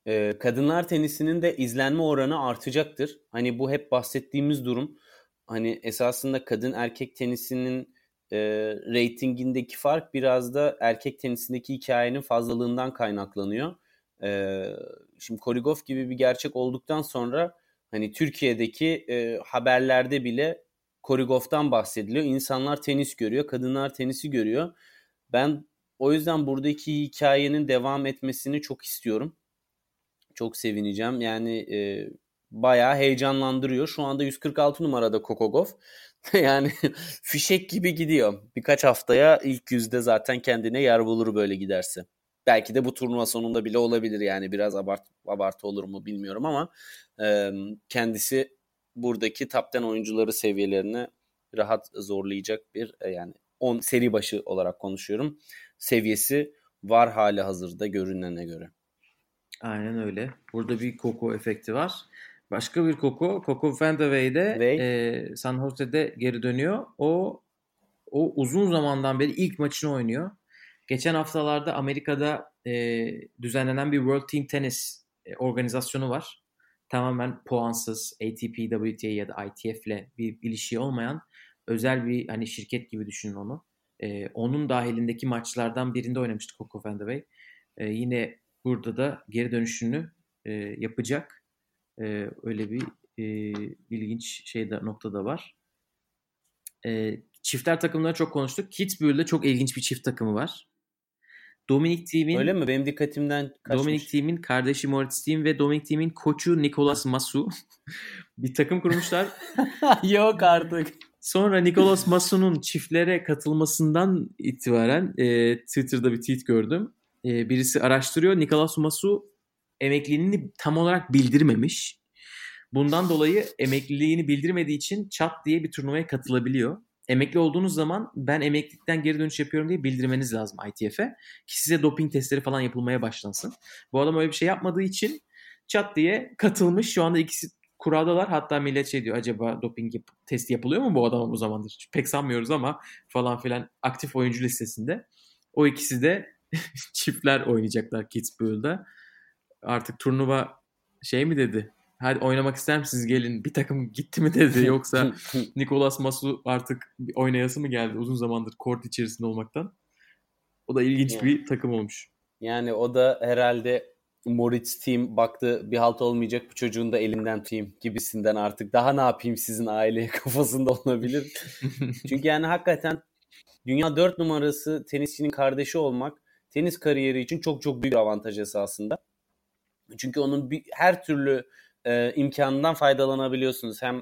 [SPEAKER 3] e, kadınlar tenisinin de izlenme oranı artacaktır. Hani bu hep bahsettiğimiz durum. Hani esasında kadın erkek tenisinin e, reytingindeki fark biraz da erkek tenisindeki hikayenin fazlalığından kaynaklanıyor. E, şimdi Korigov gibi bir gerçek olduktan sonra hani Türkiye'deki e, haberlerde bile Korigov'tan bahsediliyor. İnsanlar tenis görüyor, kadınlar tenisi görüyor. Ben o yüzden buradaki hikayenin devam etmesini çok istiyorum. Çok sevineceğim. Yani e, bayağı heyecanlandırıyor. Şu anda yüz kırk altı numarada Kokogov. Yani fişek gibi gidiyor. Birkaç haftaya ilk yüzde zaten kendine yer bulur böyle giderse. Belki de bu turnuva sonunda bile olabilir yani biraz abart, abartı olur mu bilmiyorum ama e, kendisi buradaki top on oyuncuları seviyelerine rahat zorlayacak bir e, yani on seri başı olarak konuşuyorum. Seviyesi var hali hazırda görünene göre.
[SPEAKER 2] Aynen öyle. Burada bir Coco efekti var. Başka bir Coco, Coco Vandeweghe
[SPEAKER 3] Ve
[SPEAKER 2] e, San Jose'de geri dönüyor. O o uzun zamandan beri ilk maçını oynuyor. Geçen haftalarda Amerika'da e, düzenlenen bir World Team Tennis e, organizasyonu var. Tamamen puansız A T P, W T A ya da I T F ile bir ilişiği olmayan özel bir hani şirket gibi düşünün onu. E, onun dahilindeki maçlardan birinde oynamıştı Coco Vandeweghe. E, yine burada da geri dönüşünü e, yapacak. E, öyle bir e, ilginç şey de nokta da var. E, çiftler takımları çok konuştuk. Kitzbühel'de çok ilginç bir çift takımı var. Dominic Thiem'in
[SPEAKER 3] öyle mi? Benim dikkatimden kaçmış.
[SPEAKER 2] Dominic Thiem'in kardeşi Moritz Thiem ve Dominic Thiem'in koçu Nicolas Massu bir takım kurmuşlar.
[SPEAKER 3] Yok artık.
[SPEAKER 2] Sonra Nicolas Massu'nun çiftlere katılmasından itibaren e, Twitter'da bir tweet gördüm. E, birisi araştırıyor. Nicolas Massu emekliliğini tam olarak bildirmemiş. Bundan dolayı emekliliğini bildirmediği için çat diye bir turnuvaya katılabiliyor. Emekli olduğunuz zaman ben emeklilikten geri dönüş yapıyorum diye bildirmeniz lazım I T F'e. Ki size doping testleri falan yapılmaya başlansın. Bu adam öyle bir şey yapmadığı için çat diye katılmış. Şu anda ikisi kuradalar. Hatta millet şey diyor, acaba doping yap- testi yapılıyor mu bu adama bu zamandır? Pek sanmıyoruz ama falan filan aktif oyuncu listesinde. O ikisi de çiftler oynayacaklar Kitzbühel'da. Artık turnuva şey mi dedi? Hadi oynamak ister misiniz gelin, bir takım gitti mi dedi, yoksa Nicolas Massu artık bir oynayası mı geldi uzun zamandır kort içerisinde olmaktan. O da ilginç
[SPEAKER 3] Yani.
[SPEAKER 2] bir takım olmuş.
[SPEAKER 3] Yani o da herhalde Moritz Thiem baktı bir halt olmayacak, bu çocuğun da elinden tutayım gibisinden artık daha ne yapayım sizin aileye kafasında olabilir. Çünkü yani hakikaten dünya dört numarası tenisçinin kardeşi olmak tenis kariyeri için çok çok büyük bir avantaj esasında. Çünkü onun bir, her türlü e, imkanından faydalanabiliyorsunuz. Hem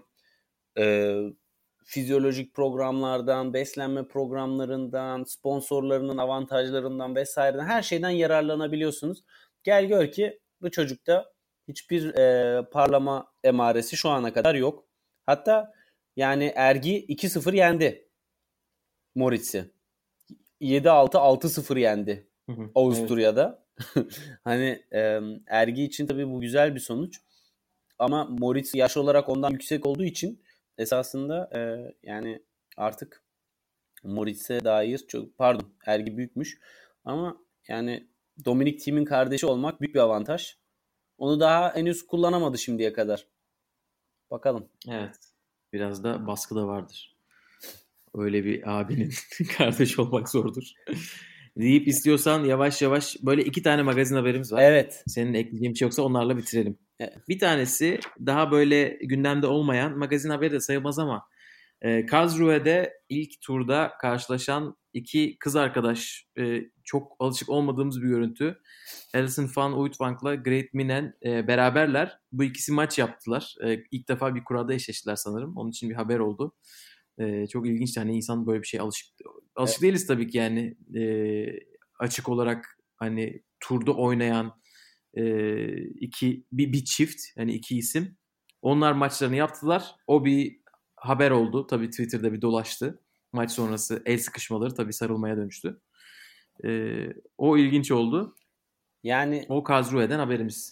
[SPEAKER 3] e, fizyolojik programlardan, beslenme programlarından, sponsorlarının avantajlarından vesaireden her şeyden yararlanabiliyorsunuz. Gel gör ki bu çocukta hiçbir e, parlama emaresi şu ana kadar yok. Hatta yani Ergi iki sıfır yendi Moritz'i. yedi altı altı sıfır yendi Avusturya'da. Hani e, Ergi için tabii bu güzel bir sonuç. Ama Moritz yaş olarak ondan yüksek olduğu için esasında e, yani artık Moritz'e dair çok, pardon, Ergi büyükmüş ama yani Dominic Thiem'in kardeşi olmak büyük bir avantaj. Onu daha henüz kullanamadı şimdiye kadar. Bakalım.
[SPEAKER 2] Evet. Biraz da baskı da vardır. Öyle bir abinin kardeş olmak zordur. Deyip istiyorsan yavaş yavaş böyle iki tane magazin haberimiz var.
[SPEAKER 3] Evet.
[SPEAKER 2] Senin ekleyeceğin bir şey yoksa onlarla bitirelim.
[SPEAKER 3] Evet.
[SPEAKER 2] Bir tanesi daha böyle gündemde olmayan, magazin haberi de sayılmaz ama e, Karlsruhe'de ilk turda karşılaşan iki kız arkadaş, e, çok alışık olmadığımız bir görüntü. Alison van Uytvank'la Great Minen e, beraberler. Bu ikisi maç yaptılar. E, ilk defa bir kurada eşleştiler sanırım. Onun için bir haber oldu. E, çok ilginç. Hani insan böyle bir şeye alışık alışık
[SPEAKER 3] Evet.
[SPEAKER 2] değiliz tabii ki yani. E, açık olarak hani turda oynayan e, iki bir, bir çift, yani iki isim. Onlar maçlarını yaptılar. O bir haber oldu. Tabii Twitter'da bir dolaştı. Maç sonrası el sıkışmaları tabii sarılmaya dönüştü. E, o ilginç oldu.
[SPEAKER 3] Yani
[SPEAKER 2] o Karlsruhe'den haberimiz.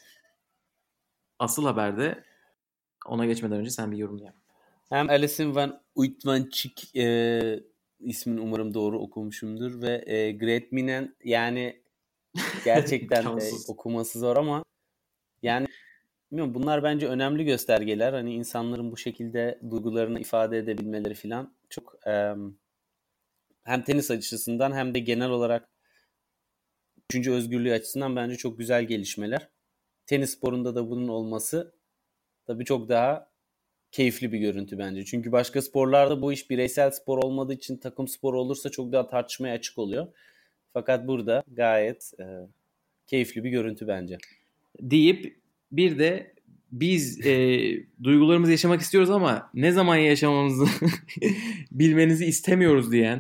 [SPEAKER 2] Asıl haberde ona geçmeden önce sen bir yorum yap.
[SPEAKER 3] hem Alison van Uytvanchik e, ismini umarım doğru okumuşumdur ve e, Great Minen yani gerçekten e, okuması zor ama Yani bilmiyorum, bunlar bence önemli göstergeler. Hani insanların bu şekilde duygularını ifade edebilmeleri falan çok e, hem tenis açısından hem de genel olarak düşünce özgürlüğü açısından bence çok güzel gelişmeler. Tenis sporunda da bunun olması tabii çok daha keyifli bir görüntü bence. Çünkü başka sporlarda bu iş bireysel spor olmadığı için takım sporu olursa çok daha tartışmaya açık oluyor. Fakat burada gayet e, keyifli bir görüntü bence.
[SPEAKER 2] Deyip bir de biz e, duygularımızı yaşamak istiyoruz ama ne zaman yaşamamızı bilmenizi istemiyoruz diyen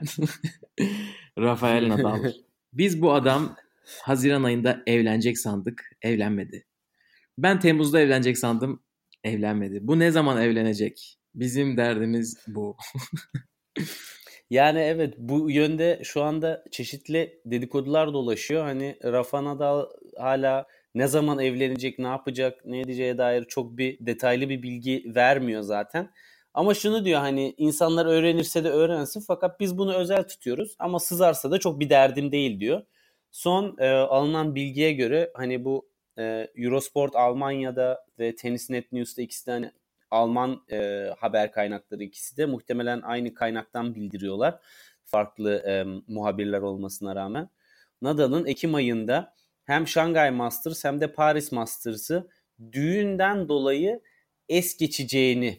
[SPEAKER 2] Rafael Nadal. Biz bu adam Haziran ayında evlenecek sandık, evlenmedi. Ben Temmuz'da evlenecek sandım, evlenmedi. Bu ne zaman evlenecek? Bizim derdimiz bu.
[SPEAKER 3] Yani evet, bu yönde şu anda çeşitli dedikodular dolaşıyor. Hani Rafa Nadal hala ne zaman evlenecek, ne yapacak, ne edeceğe dair çok bir detaylı bir bilgi vermiyor zaten. Ama şunu diyor, hani insanlar öğrenirse de öğrensin fakat biz bunu özel tutuyoruz ama sızarsa da çok bir derdim değil diyor. Son e, alınan bilgiye göre hani bu e, Eurosport Almanya'da ve Tennis.net News'ta ikisi de hani Alman e, haber kaynakları, ikisi de muhtemelen aynı kaynaktan bildiriyorlar. Farklı e, muhabirler olmasına rağmen. Nadal'ın Ekim ayında hem Şangay Masters hem de Paris Masters'ı düğünden dolayı es geçeceğini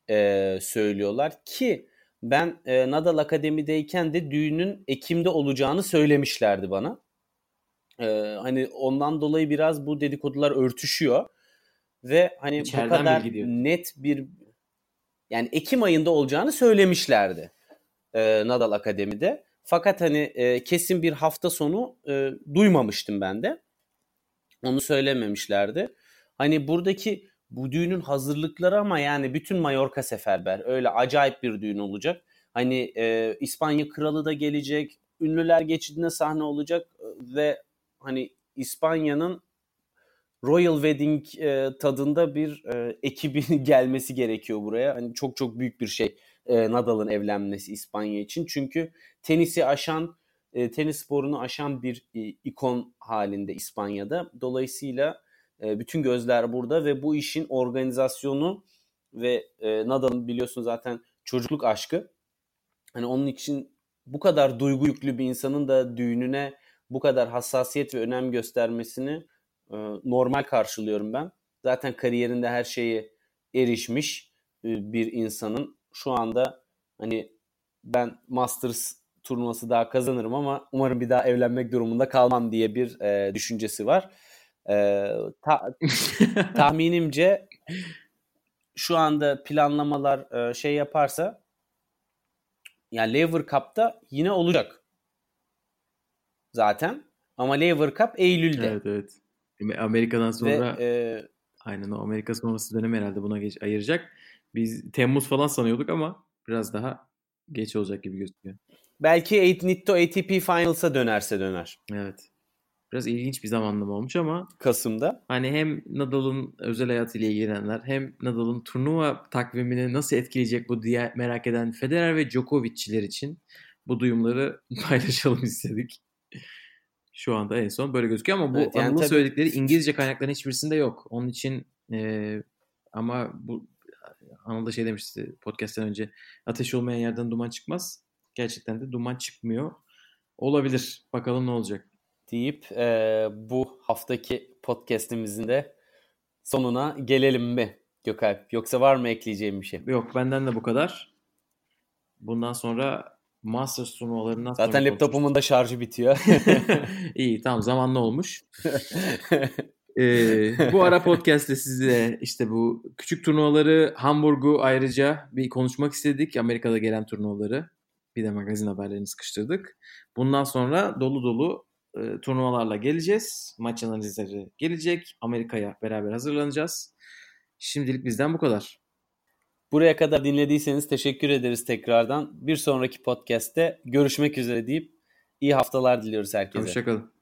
[SPEAKER 3] e, söylüyorlar ki ben e, Nadal Akademi'deyken de düğünün Ekim'de olacağını söylemişlerdi bana. E, hani ondan dolayı biraz bu dedikodular örtüşüyor. Ve hani
[SPEAKER 2] İçeriden
[SPEAKER 3] bu kadar
[SPEAKER 2] bilgi diyor.
[SPEAKER 3] net bir, yani Ekim ayında olacağını söylemişlerdi e, Nadal Akademi'de. Fakat hani e, kesin bir hafta sonu e, duymamıştım ben de. Onu söylememişlerdi. Hani buradaki bu düğünün hazırlıkları ama yani bütün Mallorca seferber. Öyle acayip bir düğün olacak. Hani e, İspanya kralı da gelecek. Ünlüler geçidine sahne olacak ve hani İspanya'nın Royal Wedding e, tadında bir e, ekibin gelmesi gerekiyor buraya. Hani çok çok büyük bir şey e, Nadal'ın evlenmesi İspanya için. Çünkü tenisi aşan, e, tenis sporunu aşan bir e, ikon halinde İspanya'da. Dolayısıyla e, bütün gözler burada ve bu işin organizasyonu ve e, Nadal'ın biliyorsun zaten çocukluk aşkı. Hani onun için bu kadar duygu yüklü bir insanın da düğününe bu kadar hassasiyet ve önem göstermesini e, normal karşılıyorum ben. Zaten kariyerinde her şeyi erişmiş e, bir insanın şu anda hani ben Masters turnuvası daha kazanırım ama umarım bir daha evlenmek durumunda kalmam diye bir e, düşüncesi var. E, ta- tahminimce şu anda planlamalar e, şey yaparsa, yani Lever Cup'ta yine olacak zaten. Ama Lever Cup Eylül'de.
[SPEAKER 2] Evet evet. Amerika'dan sonra
[SPEAKER 3] Ve e,
[SPEAKER 2] aynen o Amerika sonrası dönem herhalde buna geç ayıracak. Biz Temmuz falan sanıyorduk ama biraz daha geç olacak gibi gözüküyor.
[SPEAKER 3] belki Nitto A T P Finals'a dönerse döner.
[SPEAKER 2] Evet. Biraz ilginç bir zamanlama olmuş ama
[SPEAKER 3] Kasım'da.
[SPEAKER 2] hani hem Nadal'ın özel hayatıyla ilgilenenler hem Nadal'ın turnuva takvimini nasıl etkileyecek bu diye merak eden Federer ve Djokovic'çiler için bu duyumları paylaşalım istedik. Şu anda en son böyle gözüküyor ama bu
[SPEAKER 3] Evet, yani
[SPEAKER 2] Anıl'ın
[SPEAKER 3] tabii
[SPEAKER 2] söyledikleri İngilizce kaynakların hiçbirisinde yok. Onun için e, ama bu Anıl da şey demişti podcast'ten önce, ateş olmayan yerden duman çıkmaz. Gerçekten de duman çıkmıyor. Olabilir. Bakalım ne olacak.
[SPEAKER 3] deyip e, bu haftaki podcast'imizin de sonuna gelelim mi Gökalp? Yoksa var mı ekleyeceğim bir şey?
[SPEAKER 2] Yok, benden de bu kadar. Bundan sonra Masters turnuvalarından sonra
[SPEAKER 3] Zaten
[SPEAKER 2] konuşuruz.
[SPEAKER 3] laptopumun da şarjı bitiyor.
[SPEAKER 2] İyi, tamam, zamanlı olmuş. Ee, bu ara podcast'te size işte bu küçük turnuvaları, Hamburg'u ayrıca bir konuşmak istedik. Amerika'da gelen turnuvaları. Bir de magazin haberlerini sıkıştırdık. Bundan sonra dolu dolu e, turnuvalarla geleceğiz. Maç analizleri gelecek. Amerika'ya beraber hazırlanacağız. Şimdilik bizden bu kadar.
[SPEAKER 3] Buraya kadar dinlediyseniz teşekkür ederiz tekrardan. Bir sonraki podcast'te görüşmek üzere deyip iyi haftalar diliyoruz herkese.
[SPEAKER 2] Hoşça kalın.